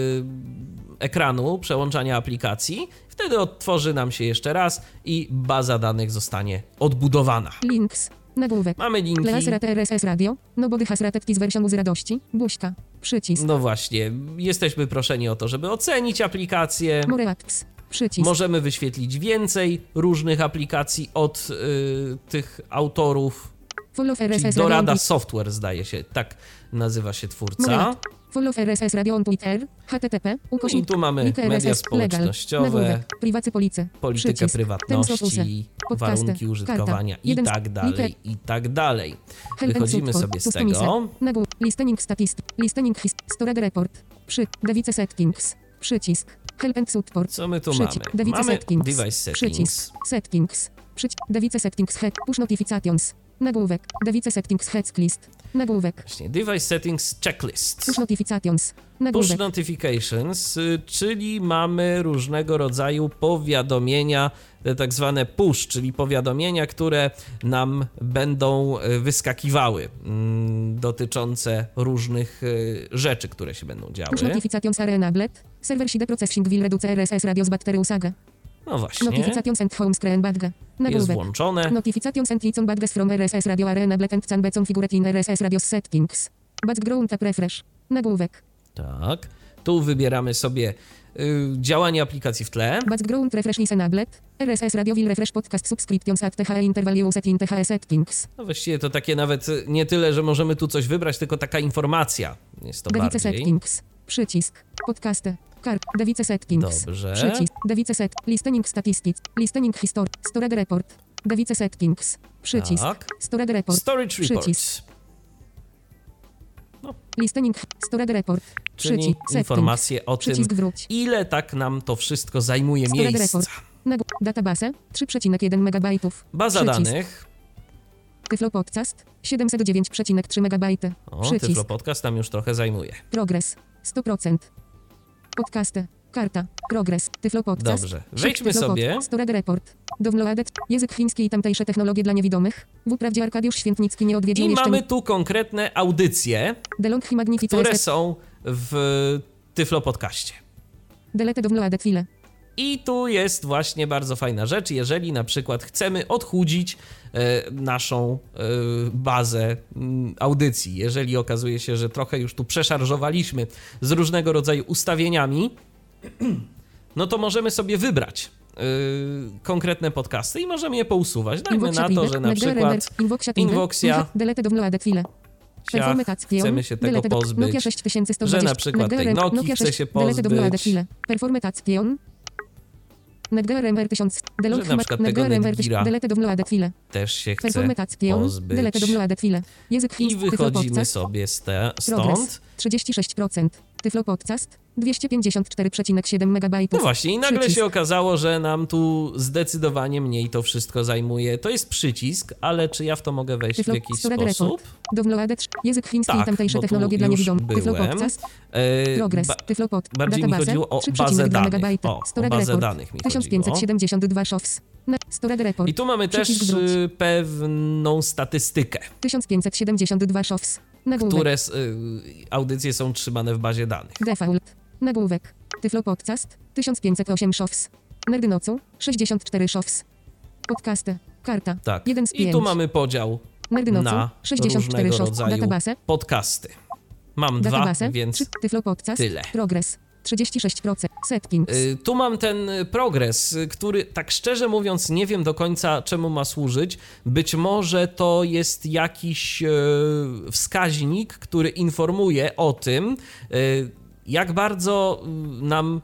ekranu przełączania aplikacji. Wtedy odtworzy nam się jeszcze raz i baza danych zostanie odbudowana. Links. Nagłówek. Mamy linki. Kleas rate RSS radio. Nobody has rated this version z radości. Buźka. Przycisk. No właśnie, jesteśmy proszeni o to, żeby ocenić aplikację. More apps. Przycisk. Możemy wyświetlić więcej różnych aplikacji od tych autorów. Follow Czyli RSS Dorada radio. Software, zdaje się, tak nazywa się More twórca. app. Follow RSS radio on Twitter. HTTP. I tu mamy Link media RSS. społecznościowe, Nagłówek. Privacy policy. politykę Przycisk. prywatności, Podcasty. warunki użytkowania Karta. i tak dalej, i tak dalej. Help and Wychodzimy support. sobie z Customize. tego. Nagłówek. Listening statistic. Listening storage report. Davice settings. Przycisk. Help and support. Co my tu Przycisk. mamy? Davice Mamy settings. device settings. Przycisk. Settings. Przycisk. Davice settings head. Push notifications. Nagłówek. Davice settings heads list. Nagłówek. Właśnie, device settings checklist. Push notifications. Push Nagłówek. notifications, czyli mamy różnego rodzaju powiadomienia, tak zwane push, czyli powiadomienia, które nam będą wyskakiwały dotyczące różnych rzeczy, które się będą działy. Push notifications are enabled. Server side processing will reduce RSS radio z battery usage. No właśnie, Notifications and home screen badge. jest Nagłówek. włączone. Notifications and licon badges from RSS radio are enabled and can be configured in RSS radio settings. Background tab refresh. Nagłówek. Tak, tu wybieramy sobie działanie aplikacji w tle. Background refresh is enabled. RSS radio will refresh podcast subscriptions at THE interval used in THE settings. No właściwie to takie nawet nie tyle, że możemy tu coś wybrać, tylko taka informacja jest to Davice bardziej. settings. Przycisk. Podcasty. Davice settings. Dobrze. Przycisk. Davice set. Listening statistics. Listening history. Storage report. Davice settings. Przycisk. Tak. Storage report. Storage reports, Przycisk. Listening. Storage report. czyli Przycisk. Settings. informacje o tym, Przycisk wróć. ile tak nam to wszystko zajmuje Storage miejsca. report. Database 3,1 MB. Baza Przycisk. danych. Tyflo Podcast 709,3 MB. O, Przycisk. Tyflo Podcast nam już trochę zajmuje. Progres 100%. Podcasty. Karta. Progres. Tyflo Podcast. Dobrze. Wejdźmy sobie. Storage report. Downloaded. Język chiński i tamtejsze technologie dla niewidomych. Wprawdzie Arkadiusz Świętnicki nie odwiedził I jeszcze... mamy tu konkretne audycje, DeLong he magnifica które estet. są w Tyflo Podcaście. Delete downloaded file. I tu jest właśnie bardzo fajna rzecz, jeżeli na przykład chcemy odchudzić naszą bazę audycji. Jeżeli okazuje się, że trochę już tu przeszarżowaliśmy z różnego rodzaju ustawieniami, no to możemy sobie wybrać konkretne podcasty i możemy je pousuwać. Dajmy na to, że na przykład Invoxia, Delete downloaded file. chcemy się tego pozbyć, Nokia 6120. że na przykład tej Nokii chce się Delete downloaded pozbyć, file. Performation. NetGRMR 1000. że na przykład tego Netgeara Delete downloaded file. też się chce Performation. pozbyć. Delete downloaded file. Język I chiński. wychodzimy sobie stąd. Progress 36%. Tyflo Podcast 254,7 MB. No właśnie, i nagle Przycisk. się okazało, że nam tu zdecydowanie mniej to wszystko zajmuje. To jest przycisk, ale czy ja w to mogę wejść w Tyflo jakiś Storage sposób? Report. Downloaded. Język chiński Tak, i tamtejsze bo tu technologie dla już niewidomych. Tyflo byłem. Podcast. Progress. Tyflo Pod. Bardziej mi Database. chodziło o 3,2 bazę danych. MB. O Storage bazę Report. danych mi chodziło. 1572 shows. Storage Report. I tu mamy też Przycisk wróć. pewną statystykę, 1572 shows. Nagłówek. które audycje są trzymane w bazie danych. Default. Nagłówek. Tyflo Podcast 1508 shows. Nerdy nocą 64 shows. Podcasty. Karta. Tak. 1 z 5. I tu mamy podział Nerdy nocą na 64 różnego shows. rodzaju Database. podcasty. Mam Database. dwa, więc 3. Tyflo Podcast. tyle. Progress. 36%. Settings. Tu mam ten progres, który tak szczerze mówiąc nie wiem do końca czemu ma służyć. Być może to jest jakiś wskaźnik, który informuje o tym, jak bardzo nam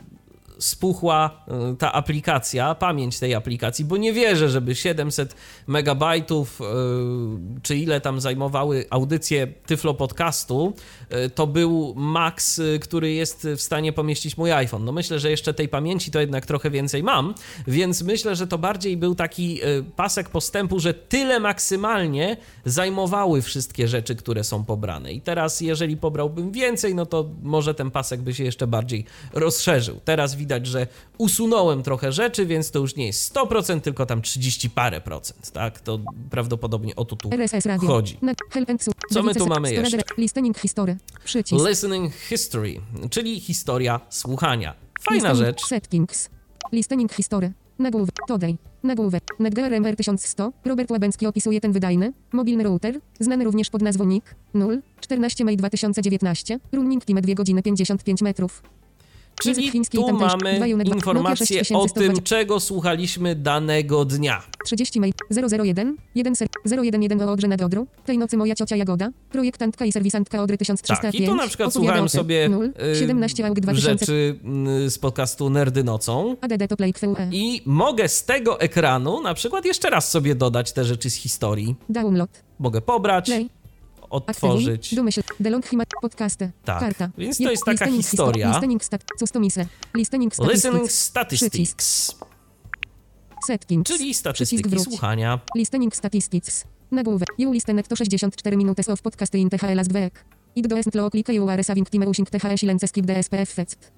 spuchła ta aplikacja, pamięć tej aplikacji, bo nie wierzę, żeby 700 megabajtów, czy ile tam zajmowały audycje Tyflo Podcastu, to był maks, który jest w stanie pomieścić mój iPhone. No myślę, że jeszcze tej pamięci to jednak trochę więcej mam, więc myślę, że to bardziej był taki pasek postępu, że tyle maksymalnie zajmowały wszystkie rzeczy, które są pobrane. I teraz, jeżeli pobrałbym więcej, no to może ten pasek by się jeszcze bardziej rozszerzył. Teraz widać, że usunąłem trochę rzeczy, więc to już nie jest 100%, tylko tam 30 parę procent, tak? To prawdopodobnie o to tu RSS Radio. chodzi. Co my tu mamy jeszcze? Listening History. Przycisk. Listening History, czyli historia słuchania. Fajna Listening rzecz. Settings. Listening History. Nagłówek. Today. Nagłówek. NetGRMR 1100. Robert Łabęcki opisuje ten wydajny, mobilny router, znany również pod nazwą NIC 0, 14 maj 2019. Running time 2 godziny 55 metrów. Czyli tu mamy informację o tym, czego słuchaliśmy danego dnia. 30 maj 001 011 o Odrze nad Odrą. Tej nocy moja ciocia Jagoda, projektantka i serwisantka Odry 1305. Tak, i tu na przykład słuchałem sobie 17 aug 2000 rzeczy z podcastu Nerdy nocą. ADD to Play QE. I mogę z tego ekranu na przykład jeszcze raz sobie dodać te rzeczy z historii. Download. Mogę pobrać, Play. odtworzyć. Aktywuj. Domyśl. Delong Hima. Podcasty. Tak, Karta. więc to jest taka historia. Listening Customise. Listening Listening Statistics. Statistics, Settings. czyli statystyki Przycisk wróć. słuchania. Listening Statistics. Nagłówek. You listenek to 64 minuty of podcasty in THL last week. Id do esntlo klike you are saving time using THL silence skip DSPF fest.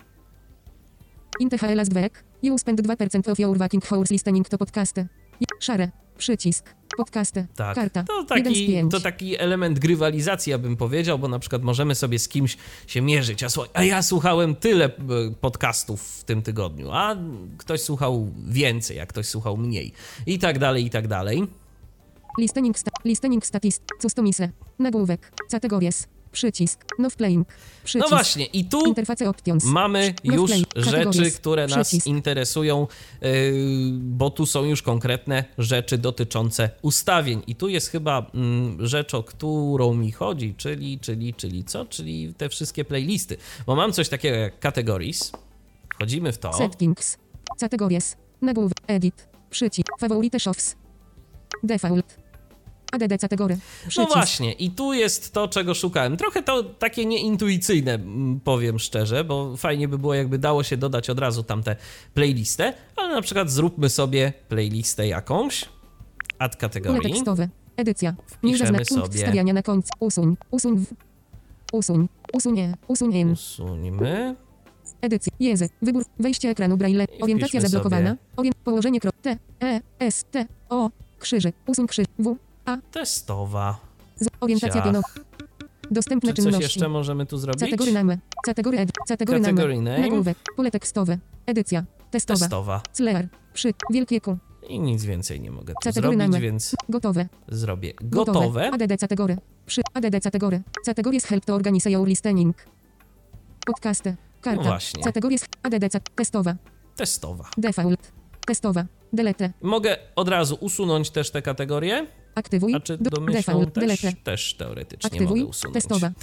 In THL last week. You spend 2% of your working hours listening to podcasty. Szare. Przycisk. Podcasty. Tak, Karta. to 1 z 5. taki element grywalizacji, ja bym powiedział, bo na przykład możemy sobie z kimś się mierzyć. A ja słuchałem tyle podcastów w tym tygodniu, a ktoś słuchał więcej, a ktoś słuchał mniej. I tak dalej, i tak dalej. Listening statist. Customise. Nagłówek. Categories. Przycisk. Now playing. Przycisk. No właśnie, i tu Interfacje options. mamy Now już play. rzeczy, Categories. które nas Przycisk. interesują, bo tu są już konkretne rzeczy dotyczące ustawień. I tu jest chyba rzecz, o którą mi chodzi, czyli co? Czyli te wszystkie playlisty. Bo mam coś takiego jak categories. Wchodzimy w to. Settings. Categories. Nagłówek. Edit. Przycisk. Favorite shows. Default. ADD category. No Przycisk. właśnie, i tu jest to, czego szukałem. Trochę to takie nieintuicyjne, powiem szczerze, bo fajnie by było, jakby dało się dodać od razu tamtę playlistę, ale na przykład zróbmy sobie playlistę jakąś, add Pole kategorii, tekstowe. Edycja. Wpiszemy Punkt sobie. wstawiania na końcu. Usuń. Usuń. Usuń. Usuń. Usuń. usuńmy, Edycja. Język. Wybór. Wejście ekranu Braille. Orientacja wpiszmy zablokowana. Położenie krok. T. E. S. T. O. Krzyżyk. Usuń krzyż. W. testowa. Orientacja Ciach. pionowa. Dostępne Czy coś czynności. jeszcze możemy tu zrobić? Category name. Category Category name. name. Nagłówek. Pole tekstowe. Edycja. Testowa. Testowa. Slayer. Wielkie Q. I nic więcej nie mogę tu Category zrobić, name. więc Gotowe. zrobię gotowe. ADD category. ADD category. Categories help to organize your listening. Podcasty. Karta. No właśnie. Categories ADD testowa. Testowa. Default. Testowa. Delete. Mogę od razu usunąć też te kategorie? Aktywuj. A czy domyślną Default. Delete. też teoretycznie Aktywuj. mogę usunąć. Testowa.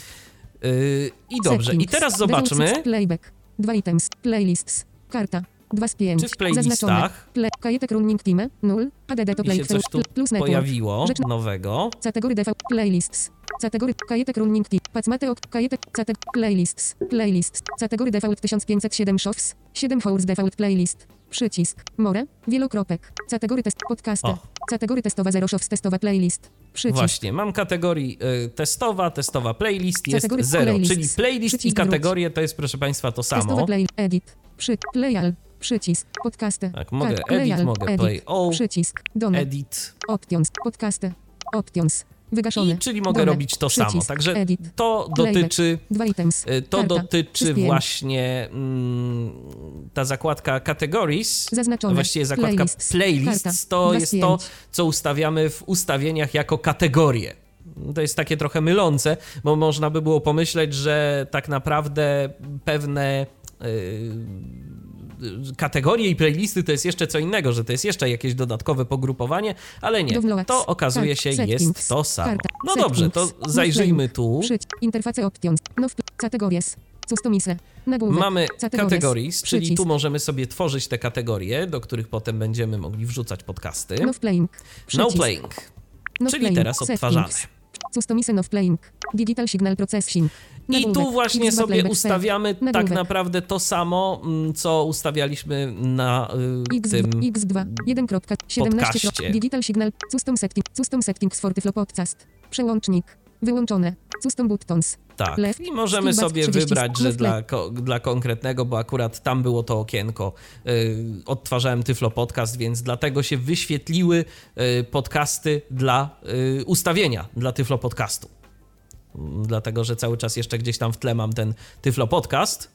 I dobrze, Settings. i teraz Default zobaczmy, Playback. 2 items. Playlists. Karta. 2 z 5. czy w playlistach Kajetek running time. 0. ADD to mi play się coś tu plus network. pojawiło Rzecz- nowego. Category default. Playlists. Category kajetek running time. Pacmate ok. Kajetek. Playlists. Kategory default 1507 shows. 7 hours default playlist. Przycisk. More. Wielokropek. Kategory test. Podcasty. Kategory testowa 0 shows. Testowa playlist. Przycisk. Właśnie, mam kategorii testowa playlist jest Kategory 0, playlist. czyli playlist i Przycisk kategorie to jest, proszę Państwa, to Testowa samo. play. Edit. Playal. Przycisk. Podcasty. Tak, mogę Playal. edit, mogę play all, Przycisk. Done. edit. Options. Podcasty. Options. Wygaszone. I czyli mogę Done. robić to Przycisk. samo. Także Edit. to Playback. dotyczy 2 items. To Karta. dotyczy 3 z 5. właśnie ta zakładka categories, Zaznaczone. właściwie zakładka Playlists. playlists, Karta. to 2 z jest to, 5. co ustawiamy w ustawieniach jako kategorie. To jest takie trochę mylące, bo można by było pomyśleć, że tak naprawdę pewne kategorie i playlisty to jest jeszcze co innego, że to jest jeszcze jakieś dodatkowe pogrupowanie, ale nie. To okazuje się jest to samo. No dobrze, to zajrzyjmy tu. Interfacje options. Categories. Customise. Nagłówek. Mamy categories, czyli Przycisk. tu możemy sobie tworzyć te kategorie, do których potem będziemy mogli wrzucać podcasty. No playing. No Przycisk. playing, No czyli playing. teraz odtwarzamy. Settings. Customise no playing. Digital signal processing. I Nagłówek. tu właśnie X2 sobie playback ustawiamy set. tak Nagłówek. naprawdę to samo, co ustawialiśmy na tym X2 1.17. podcaście. Digital signal. Custom settings for Tyflo podcast. Przełącznik. Wyłączone. Custom buttons. Tak, Left, i możemy skill bar sobie 30, wybrać, że left, dla konkretnego, bo akurat tam było to okienko, odtwarzałem Tyflo Podcast, więc dlatego się wyświetliły podcasty dla ustawienia dla Tyflo Podcastu. Dlatego, że cały czas jeszcze gdzieś tam w tle mam ten Tyflo Podcast.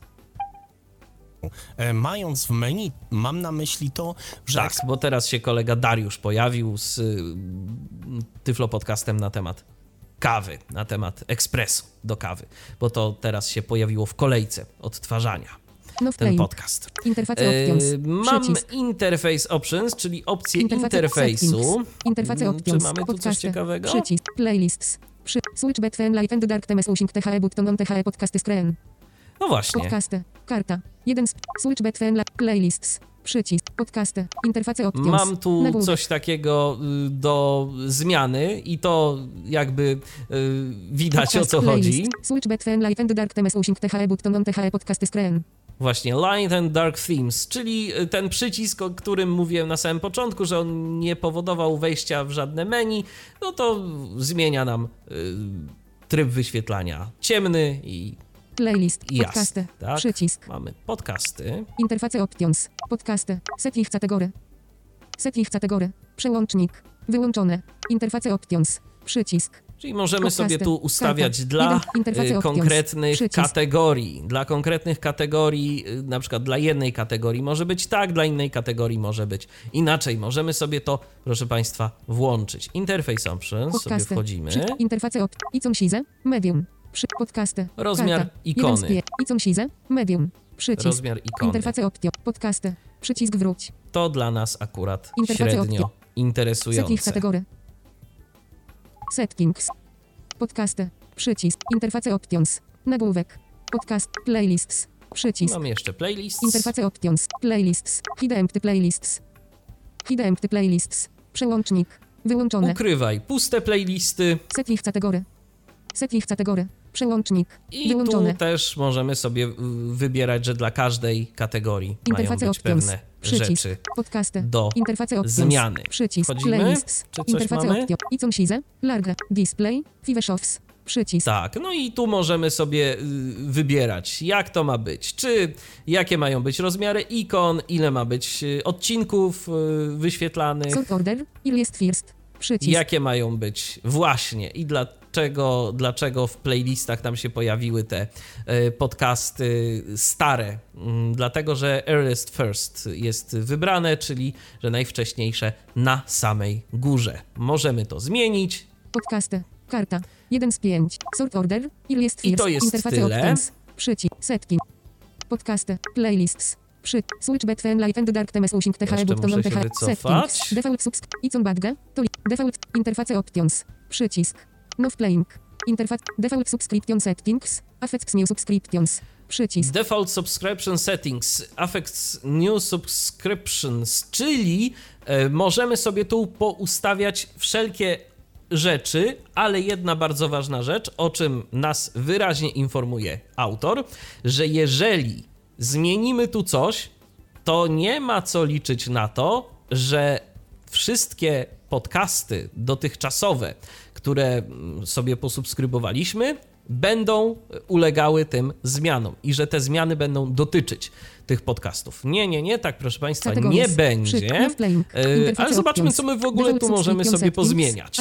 Mając w menu, mam na myśli to, że... Tak, bo teraz się kolega Dariusz pojawił z Tyflo Podcastem na temat kawy, na temat ekspresu do kawy, bo to teraz się pojawiło w kolejce odtwarzania, No ten playing. podcast. Interfacje options. Mam Przycisk. Interface Options, czyli opcję Interfacje interfejsu. settings. Interfacje Czy options. mamy tu coś Podcasty. ciekawego? Przycisk. Playlists. Switch between live and dark themes using THE button on THE podcasty screen. No właśnie. Podcasty. Karta. 1 z switch between playlists. Przycisk. Podcasty. Interfacje options. Mam tu Nagłówek. coś takiego do zmiany i to jakby widać, o co chodzi. Playlist. Switch between live and dark themes using THE button on THE podcasty screen. Właśnie, Light and Dark Themes, czyli ten przycisk, o którym mówiłem na samym początku, że on nie powodował wejścia w żadne menu, no to zmienia nam tryb wyświetlania ciemny i Playlist. jasny. Podcasty. Tak? Przycisk. Mamy podcasty. Interfacje options. Podcasty. Settings kategory. Settings kategory. Przełącznik. Wyłączone. Interfacje options. Przycisk. Czyli możemy Podcasty. sobie tu ustawiać Karta. dla Interfacje options. konkretnych Przycisk. kategorii. Dla konkretnych kategorii, na przykład dla jednej kategorii może być tak, dla innej kategorii może być inaczej. Możemy sobie to, proszę Państwa, włączyć. Interface Options, sobie Podcasty. wchodzimy. Interfacje Icon size. Medium. Podcasty. Rozmiar Karta. ikony. 1 z 5. Icon size. Medium. Przycisk. Rozmiar ikony. Interfacje Podcasty. Przycisk wróć. To dla nas akurat Interfacje średnio Settings interesujące. kategory. Settings. Podcasty. Przycisk. Interfacje options. Nagłówek. Podcast. Playlists. Przycisk. Mam jeszcze playlists. Interfacje options. Playlists. Hide empty playlists. Hide empty playlists. Przełącznik. Wyłączone. Ukrywaj puste playlisty. Settings kategory. Settings kategory. Przełącznik. I Wyłączone. tu też możemy sobie wybierać, że dla każdej kategorii Interfacje mają być options. pewne Przycisk. rzeczy Podcasty. do Interfacje options. zmiany. Przycisk. Wchodzimy? Playlists. Czy coś Interfacje mamy? options. Icon size. Large. Display. Five shows. Przycisk. Tak, no i tu możemy sobie wybierać, jak to ma być, czy jakie mają być rozmiary ikon, ile ma być odcinków wyświetlanych, Sort order. Il jest first. Przycisk. jakie mają być właśnie i dlaczego w playlistach nam się pojawiły te podcasty stare. Dlatego, że earliest first jest wybrane, czyli że najwcześniejsze na samej górze. Możemy to zmienić. Podcasty. Karta. 1 z 5. Sort order. Il jest first. I to jest Interfacje tyle. options. Przycisk. Setting. Podcasty. Playlists. Switch between light and dark themes using THE Jeszcze button on muszę się THE. wycofać. Settings. Default Icon badge. To default. Interfacje options. Przycisk. No playing. Default subscription settings. Affects new subscriptions. Przycisk. Default Subscription Settings affects new subscriptions, czyli możemy sobie tu poustawiać wszelkie rzeczy, ale jedna bardzo ważna rzecz, o czym nas wyraźnie informuje autor, że jeżeli zmienimy tu coś, to nie ma co liczyć na to, że wszystkie podcasty dotychczasowe, które sobie posubskrybowaliśmy, będą ulegały tym zmianom i że te zmiany będą dotyczyć tych podcastów. Nie, tak proszę Państwa, nie będzie, ale zobaczmy, co my w ogóle tu możemy sobie pozmieniać.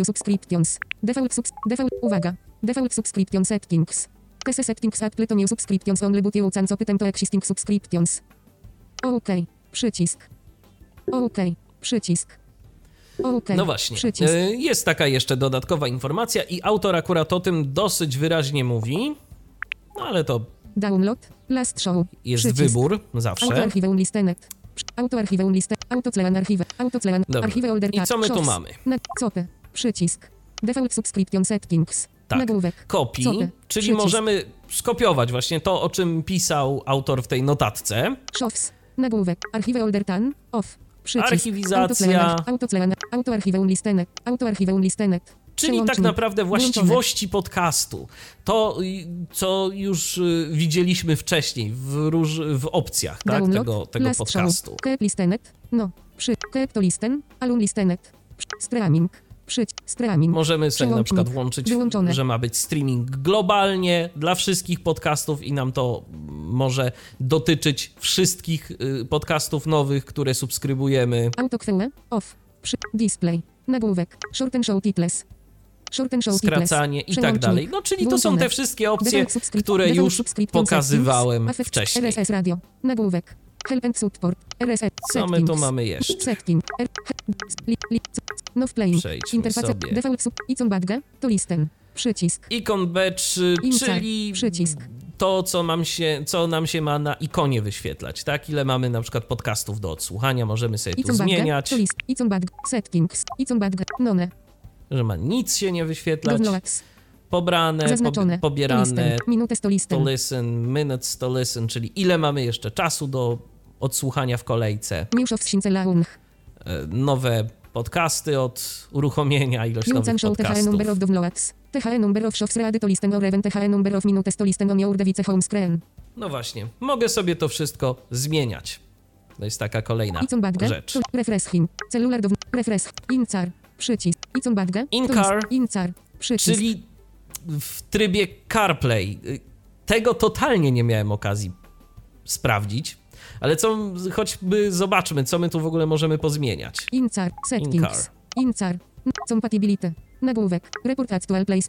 Default subscription settings. These settings apply to new subscriptions only but you can open to existing subscriptions. OK, przycisk. OK, przycisk. Okay, no właśnie, przycisk. Jest taka jeszcze dodatkowa informacja i autor akurat o tym dosyć wyraźnie mówi, no ale to download, last show, jest przycisk. Wybór zawsze. Autoarchiwum listenet, autoarchiwum listenet, autoclan archiwum older. I co my tu mamy? Copy, przycisk, default subscription settings, tak. Nagłówek, Copy, copy, czyli przycisk. możemy skopiować właśnie to, o czym pisał autor w tej notatce. Shows, nagłówek, archiwy older tan, off. Przycisk. Archiwizacja. Autoarchiwum listenet. Czyli tak naprawdę właściwości podcastu. To, co już widzieliśmy wcześniej w opcjach, tak, tego podcastu. Keep listenet. No. Keep to listen. Alum listenet. Streaming. Streaming. Możemy sobie na przykład włączyć, że ma być streaming globalnie dla wszystkich podcastów i nam to może dotyczyć wszystkich podcastów nowych, które subskrybujemy. Autoqueue. Off. Display. Nagłówek. Shorten show titles. Skracanie i tak dalej. No czyli to są te wszystkie opcje, które już pokazywałem wcześniej. RSS Radio. Nagłówek. Help and support. RSS. Co my tu mamy jeszcze? Setting. No playing. Przejdźmy sobie. Default icon badge. To listen. Przycisk. Icon badge, czyli przycisk. To, co nam się ma na ikonie wyświetlać, tak? Ile mamy na przykład podcastów do odsłuchania, możemy sobie tu zmieniać. To list. Icon badge. Settings. Icon badge. None. Że ma nic się nie wyświetlać. Pobrane, zaznaczone. Pobierane. Minutes to listen. Minutes to listen, czyli ile mamy jeszcze czasu do odsłuchania w kolejce. Nowe podcasty od uruchomienia, ilość nowych podcastów. number of downloads. THE number of shows ready to listen or even THE number of minutes to listen on your device home screen. No właśnie, mogę sobie to wszystko zmieniać. To jest taka kolejna rzecz. Refreshing. Cellular refresh. Incar. Przycisk. Icon badge. In-car. Przycisk. Czyli w trybie CarPlay. Tego totalnie nie miałem okazji sprawdzić. Ale choćby zobaczmy, co my tu w ogóle możemy pozmieniać. In-car. Settings. In-car. Compatibility. Nagłówek. Report actual play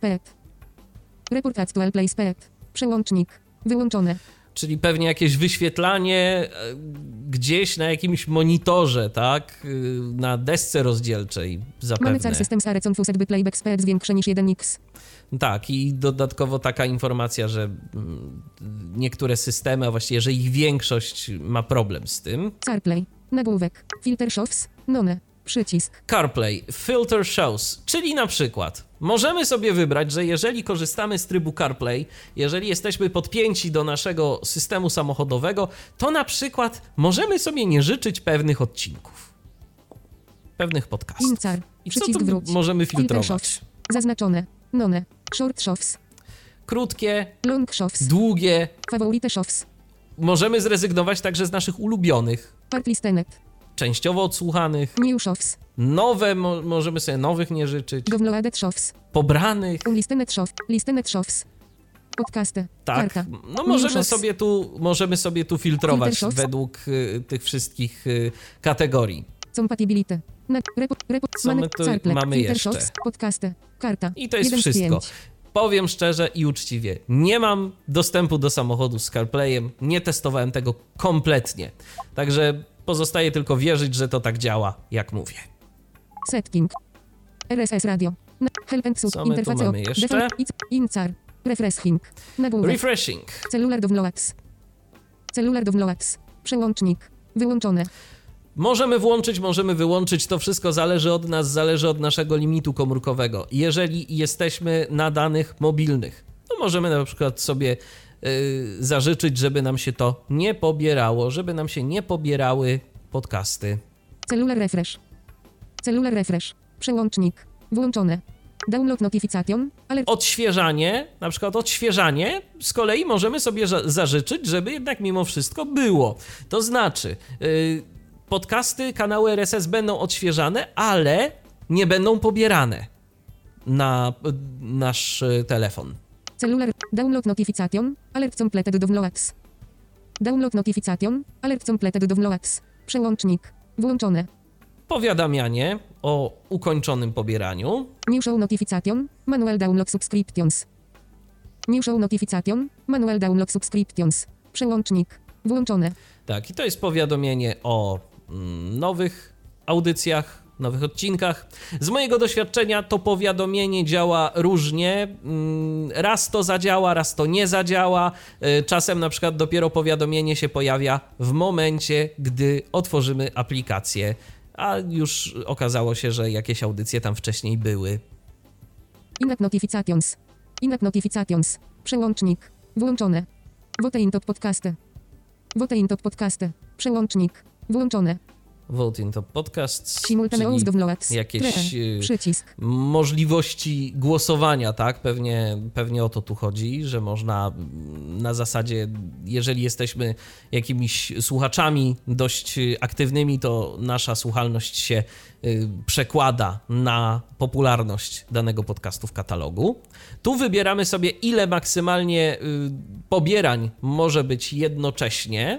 speed. Przełącznik. Wyłączone. Czyli pewnie jakieś wyświetlanie gdzieś na jakimś monitorze, tak? Na desce rozdzielczej zapewne. Mamy car system Sarecon Fused by playback speed większe niż 1x. Tak, i dodatkowo taka informacja, że niektóre systemy, a właściwie, że ich większość ma problem z tym. CarPlay. Nagłówek. Filter shows. None. Przycisk. CarPlay, Filter Shows, czyli na przykład możemy sobie wybrać, że jeżeli korzystamy z trybu CarPlay, jeżeli jesteśmy podpięci do naszego systemu samochodowego, to na przykład możemy sobie nie życzyć pewnych odcinków, pewnych podcastów. Incar. I co tu możemy filtrować? Zaznaczone. None. Short shows. Krótkie, long shows. Długie. Favorite shows. Możemy zrezygnować także z naszych ulubionych. Part listenet. Częściowo odsłuchanych. New shows. Nowe, możemy sobie nowych nie życzyć. Downloaded shows. Pobranych. Listenet shows. Podcasty. Tak, Karta. no możemy sobie tu filtrować według tych wszystkich kategorii. Compatibility. Co my tu mamy jeszcze? Shows, podcasty. Karta. I to jest wszystko. Powiem szczerze i uczciwie, nie mam dostępu do samochodu z CarPlayem, nie testowałem tego kompletnie. Także pozostaje tylko wierzyć, że to tak działa, jak mówię. Setting. RSS Radio. Help and Co my tu mamy jeszcze? Incar. Refreshing. Nagłówek. Refreshing. Cellular downloads. Przełącznik. Wyłączone. Możemy włączyć, możemy wyłączyć, to wszystko zależy od nas, zależy od naszego limitu komórkowego. Jeżeli jesteśmy na danych mobilnych, to możemy na przykład sobie zażyczyć, żeby nam się to nie pobierało, żeby nam się nie pobierały podcasty. Cellular refresh. Przełącznik. Włączone. Download notification. Alert. Odświeżanie, na przykład odświeżanie, z kolei możemy sobie zażyczyć, żeby jednak mimo wszystko było. To znaczy, podcasty, kanały RSS będą odświeżane, ale nie będą pobierane na nasz telefon. Cellular. Download notification. Alert completed downloads. Download notification. Alert completed downloads. Przełącznik. Włączone. Powiadamianie o ukończonym pobieraniu. New show notification. Manual download subscriptions. New show notification. Manual download subscriptions. Przełącznik. Włączone. Tak, i to jest powiadomienie o nowych audycjach, nowych odcinkach. Z mojego doświadczenia to powiadomienie działa różnie. Raz to zadziała, raz to nie zadziała. Czasem na przykład dopiero powiadomienie się pojawia w momencie, gdy otworzymy aplikację, a już okazało się, że jakieś audycje tam wcześniej były. In-app notifications. In-app notifications. Przełącznik. Włączone. Vote in top podcasty. Vote in top podcasty. Przełącznik. Włączone. Vote in Top Podcasts, Simultaneous downloads. jakieś Przycisk. możliwości głosowania, tak? Pewnie o to tu chodzi, że można na zasadzie, jeżeli jesteśmy jakimiś słuchaczami dość aktywnymi, to nasza słuchalność się przekłada na popularność danego podcastu w katalogu. Tu wybieramy sobie, ile maksymalnie pobierań może być jednocześnie.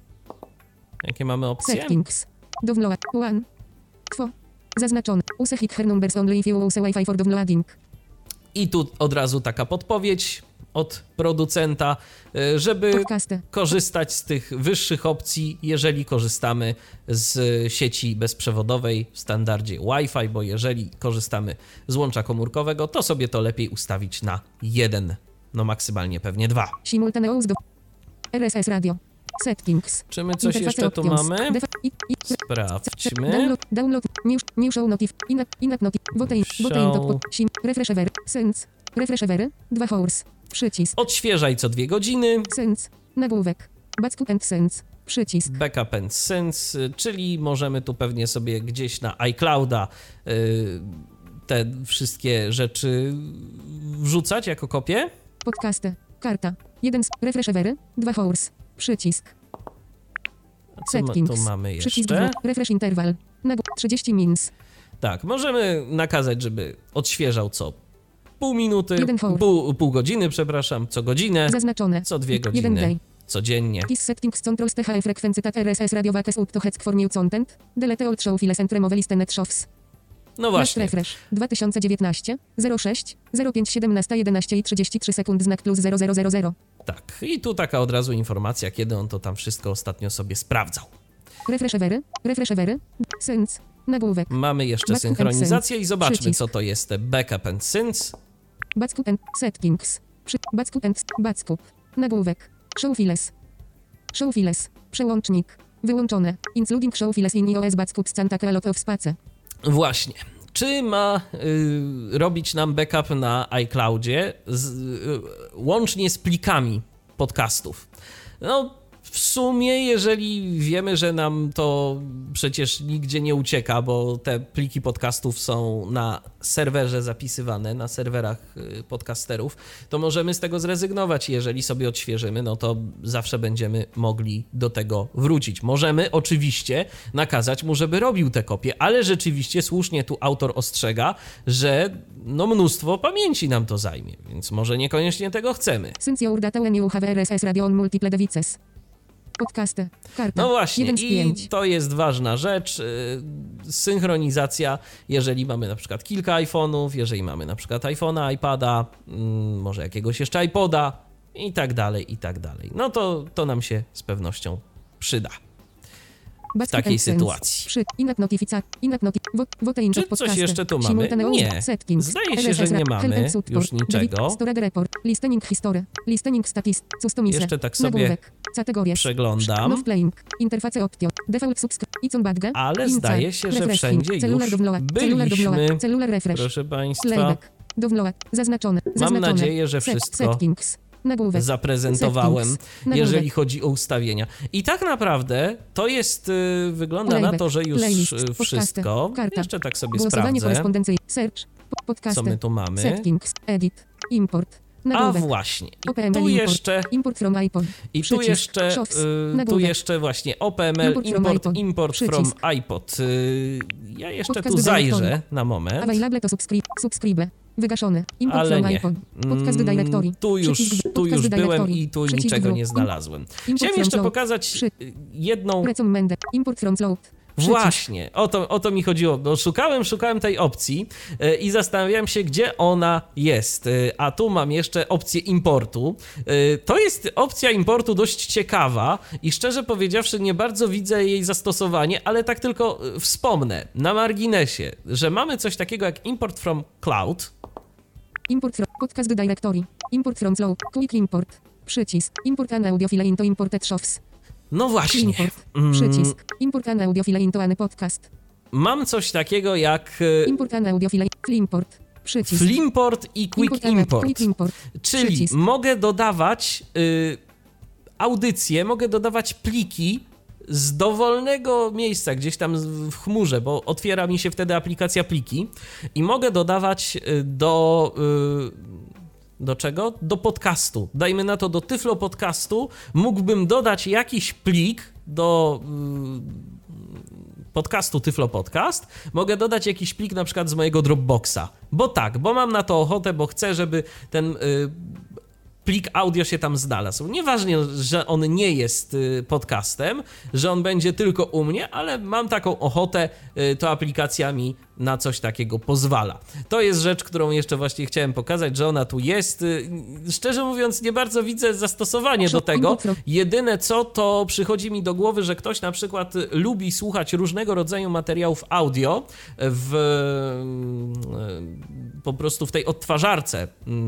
Jakie mamy opcje? Settings. Download. 1. 2. Zaznaczone. Use hit her numbers only if you use Wi-Fi for downloading. I tu od razu taka podpowiedź od producenta, żeby Podcasty. korzystać z tych wyższych opcji, jeżeli korzystamy z sieci bezprzewodowej w standardzie Wi-Fi, bo jeżeli korzystamy z łącza komórkowego, to sobie to lepiej ustawić na 1, no maksymalnie pewnie 2. Simultaneous do RSS Radio. Settings. Czy my coś Interface jeszcze tu options. mamy? Sprawdźmy. Download. New show notif. In-app notif. Vote in top. Refresh ever. Sense. Refresh ever. 2 hours. Przycisk. Odświeżaj co 2 godziny. Sense. Nagłówek. Backup and sense. Przycisk. Backup and Sync, czyli możemy tu pewnie sobie gdzieś na iClouda te wszystkie rzeczy wrzucać jako kopię. Podcasty. Karta. 1. Refresh ever. 2 hours. Przycisk. Co Settings. tu mamy Przycisk. jeszcze? Refresh interval. 30 mins. Tak, możemy nakazać, żeby odświeżał co pół minuty, 1 hour. pół godziny, przepraszam, co godzinę, Zaznaczone. co 2 1 godziny, day. codziennie. This settings controls the high frequency that RSS radio vaques up to heads for new content. Delete old show files and remove listener shows. No Last właśnie, refresh. 2019 06 05 17 11 i 33 sekund znak plus 0000. tak. I tu taka od razu informacja, kiedy on to tam wszystko ostatnio sobie sprawdzał. Refresh ever. Sense. Nagłówek. Mamy jeszcze Backup and synchronizację sync. i zobaczmy, Przycisk. co to jest te backup and sync. Backup and settings. Backup. Nagłówek. Show files. Przełącznik. Wyłączone. Including show files in iOS backup can take a lot of space. Właśnie. Czy ma robić nam backup na iCloudzie łącznie z plikami podcastów? No, w sumie, jeżeli wiemy, że nam to przecież nigdzie nie ucieka, bo te pliki podcastów są na serwerze zapisywane, na serwerach podcasterów, to możemy z tego zrezygnować. Jeżeli sobie odświeżymy, no to zawsze będziemy mogli do tego wrócić. Możemy oczywiście nakazać mu, żeby robił te kopie, ale rzeczywiście słusznie tu autor ostrzega, że no mnóstwo pamięci nam to zajmie, więc może niekoniecznie tego chcemy. Since your data when you have RSS radio on multiple devices. Podcasty. Karta. No właśnie, 1 z 5. i to jest ważna rzecz, synchronizacja, jeżeli mamy na przykład kilka iPhone'ów, jeżeli mamy na przykład iPhone'a, iPada, może jakiegoś jeszcze iPoda i tak dalej, no to nam się z pewnością przyda w takiej sytuacji. Czy coś jeszcze tu mamy? Nie. Zdaje się, że nie mamy już niczego. Listening history. Listening status. Customize. Jeszcze tak sobie Nagłówek. Kategorie. przeglądam. Love playing. Interface option. Default subscription. Badge. Ale zdaje się, że wszędzie już byliśmy. Cellular refresh. Proszę Państwa, Playback. Download. Zaznaczone. mam nadzieję, że wszystko Settings. Nagłówek. zaprezentowałem, Settings. jeżeli chodzi o ustawienia. I tak naprawdę to jest, wygląda na to, że już Playlist. wszystko. Karta. Jeszcze tak sobie Głosowanie sprawdzę. korespondencyjne. Search. Podcasty. Co my tu mamy? Settings. Edit. Import. A Nagłówek. właśnie. OPML Tu import. jeszcze... Import from iPod. I tu Przycisk. jeszcze, Shows. tu Nagłówek. jeszcze właśnie OPML, Import from iPod. import from Przycisk. iPod. Ja jeszcze Podcast tu do zajrzę directory. na moment. Available to subscribe. Wygaszony. Import Ale from nie. iPod. Podcast do directory. Tu już Podcast do byłem directory. i tu Przycisk niczego do- nie znalazłem. Import Chciałem from jeszcze float. pokazać jedną... Recommended. Import from float. Przycisk. Właśnie, o to mi chodziło, bo szukałem tej opcji i zastanawiałem się, gdzie ona jest, a tu mam jeszcze opcję importu. To jest opcja importu dość ciekawa i szczerze powiedziawszy nie bardzo widzę jej zastosowanie, ale tak tylko wspomnę na marginesie, że mamy coś takiego jak import from cloud. Import from podcast do directory. Import from float. Quick import. Przycisk. Import an audio file into imported shows. No właśnie. Import. Przycisk. Import an audio file into an podcast. Mam coś takiego jak Import an audio file. Flimport. Przycisk. Flimport i Quick an- Import. Quick import. Czyli Przycisk. mogę dodawać audycje, mogę dodawać pliki z dowolnego miejsca, gdzieś tam w chmurze, bo otwiera mi się wtedy aplikacja pliki i mogę dodawać do czego? Do podcastu. Dajmy na to do Tyflo Podcastu. Mógłbym dodać jakiś plik do podcastu Tyflo Podcast. Mogę dodać jakiś plik na przykład z mojego Dropboxa. Bo mam na to ochotę, bo chcę, żeby ten plik audio się tam znalazł. Nieważne, że on nie jest podcastem, że on będzie tylko u mnie, ale mam taką ochotę, to aplikacja mi na coś takiego pozwala. To jest rzecz, którą jeszcze właśnie chciałem pokazać, że ona tu jest. Szczerze mówiąc, nie bardzo widzę zastosowanie do tego. Jedyne co, to przychodzi mi do głowy, że ktoś na przykład lubi słuchać różnego rodzaju materiałów audio po prostu w tej odtwarzarce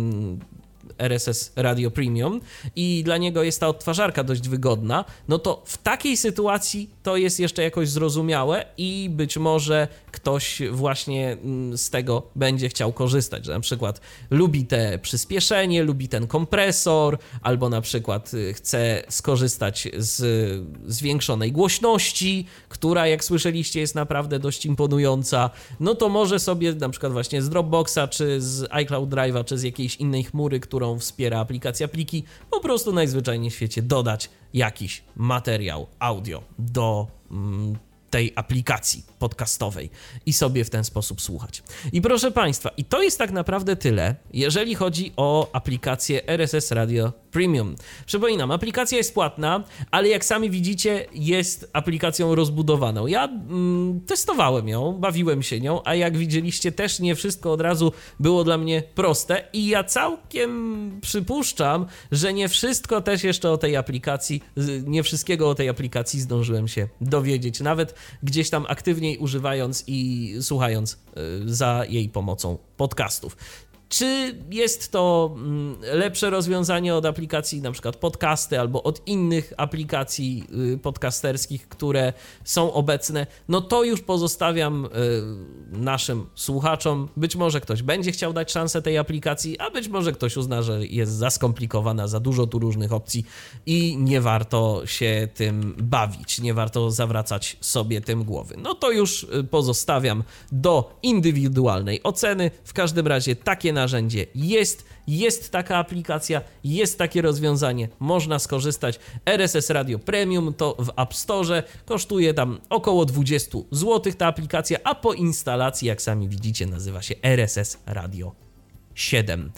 RSS Radio Premium i dla niego jest ta odtwarzarka dość wygodna, no to w takiej sytuacji to jest jeszcze jakoś zrozumiałe i być może ktoś właśnie z tego będzie chciał korzystać, że na przykład lubi te przyspieszenie, lubi ten kompresor, albo na przykład chce skorzystać z zwiększonej głośności, która jak słyszeliście jest naprawdę dość imponująca, no to może sobie na przykład właśnie z Dropboxa, czy z iCloud Drive'a, czy z jakiejś innej chmury, którą wspiera aplikacja pliki, po prostu najzwyczajniej w świecie dodać jakiś materiał audio do tej aplikacji podcastowej i sobie w ten sposób słuchać. I proszę Państwa, i to jest tak naprawdę tyle, jeżeli chodzi o aplikację RSS Radio Premium. Przypominam, aplikacja jest płatna, ale jak sami widzicie, jest aplikacją rozbudowaną. Ja testowałem ją, bawiłem się nią, a jak widzieliście, też nie wszystko od razu było dla mnie proste i ja całkiem przypuszczam, że nie wszystko też jeszcze o tej aplikacji, nie wszystkiego o tej aplikacji zdążyłem się dowiedzieć, nawet gdzieś tam aktywniej używając i słuchając za jej pomocą podcastów. Czy jest to lepsze rozwiązanie od aplikacji na przykład Podcasty albo od innych aplikacji podcasterskich, które są obecne? No to już pozostawiam naszym słuchaczom. Być może ktoś będzie chciał dać szansę tej aplikacji, a być może ktoś uzna, że jest za skomplikowana, za dużo tu różnych opcji i nie warto się tym bawić, nie warto zawracać sobie tym głowy. No to już pozostawiam do indywidualnej oceny. W każdym razie takie narzędzie jest taka aplikacja, jest takie rozwiązanie, można skorzystać. RSS Radio Premium to w App Store, kosztuje tam około 20 zł ta aplikacja, a po instalacji, jak sami widzicie, nazywa się RSS Radio 7.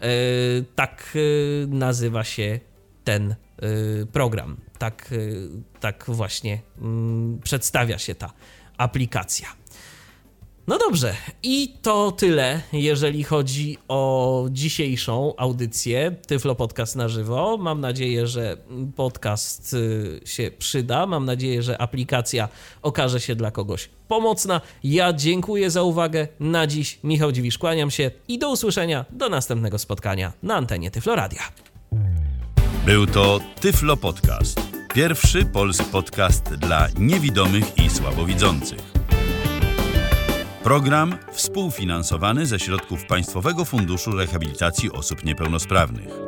Tak nazywa się ten program, tak właśnie przedstawia się ta aplikacja. No dobrze, i to tyle, jeżeli chodzi o dzisiejszą audycję Tyflo Podcast na żywo. Mam nadzieję, że podcast się przyda, mam nadzieję, że aplikacja okaże się dla kogoś pomocna. Ja dziękuję za uwagę. Na dziś Michał Dziwisz, kłaniam się i do usłyszenia, do następnego spotkania na antenie Tyflo Radia. Był to Tyflo Podcast. Pierwszy polski podcast dla niewidomych i słabowidzących. Program współfinansowany ze środków Państwowego Funduszu Rehabilitacji Osób Niepełnosprawnych.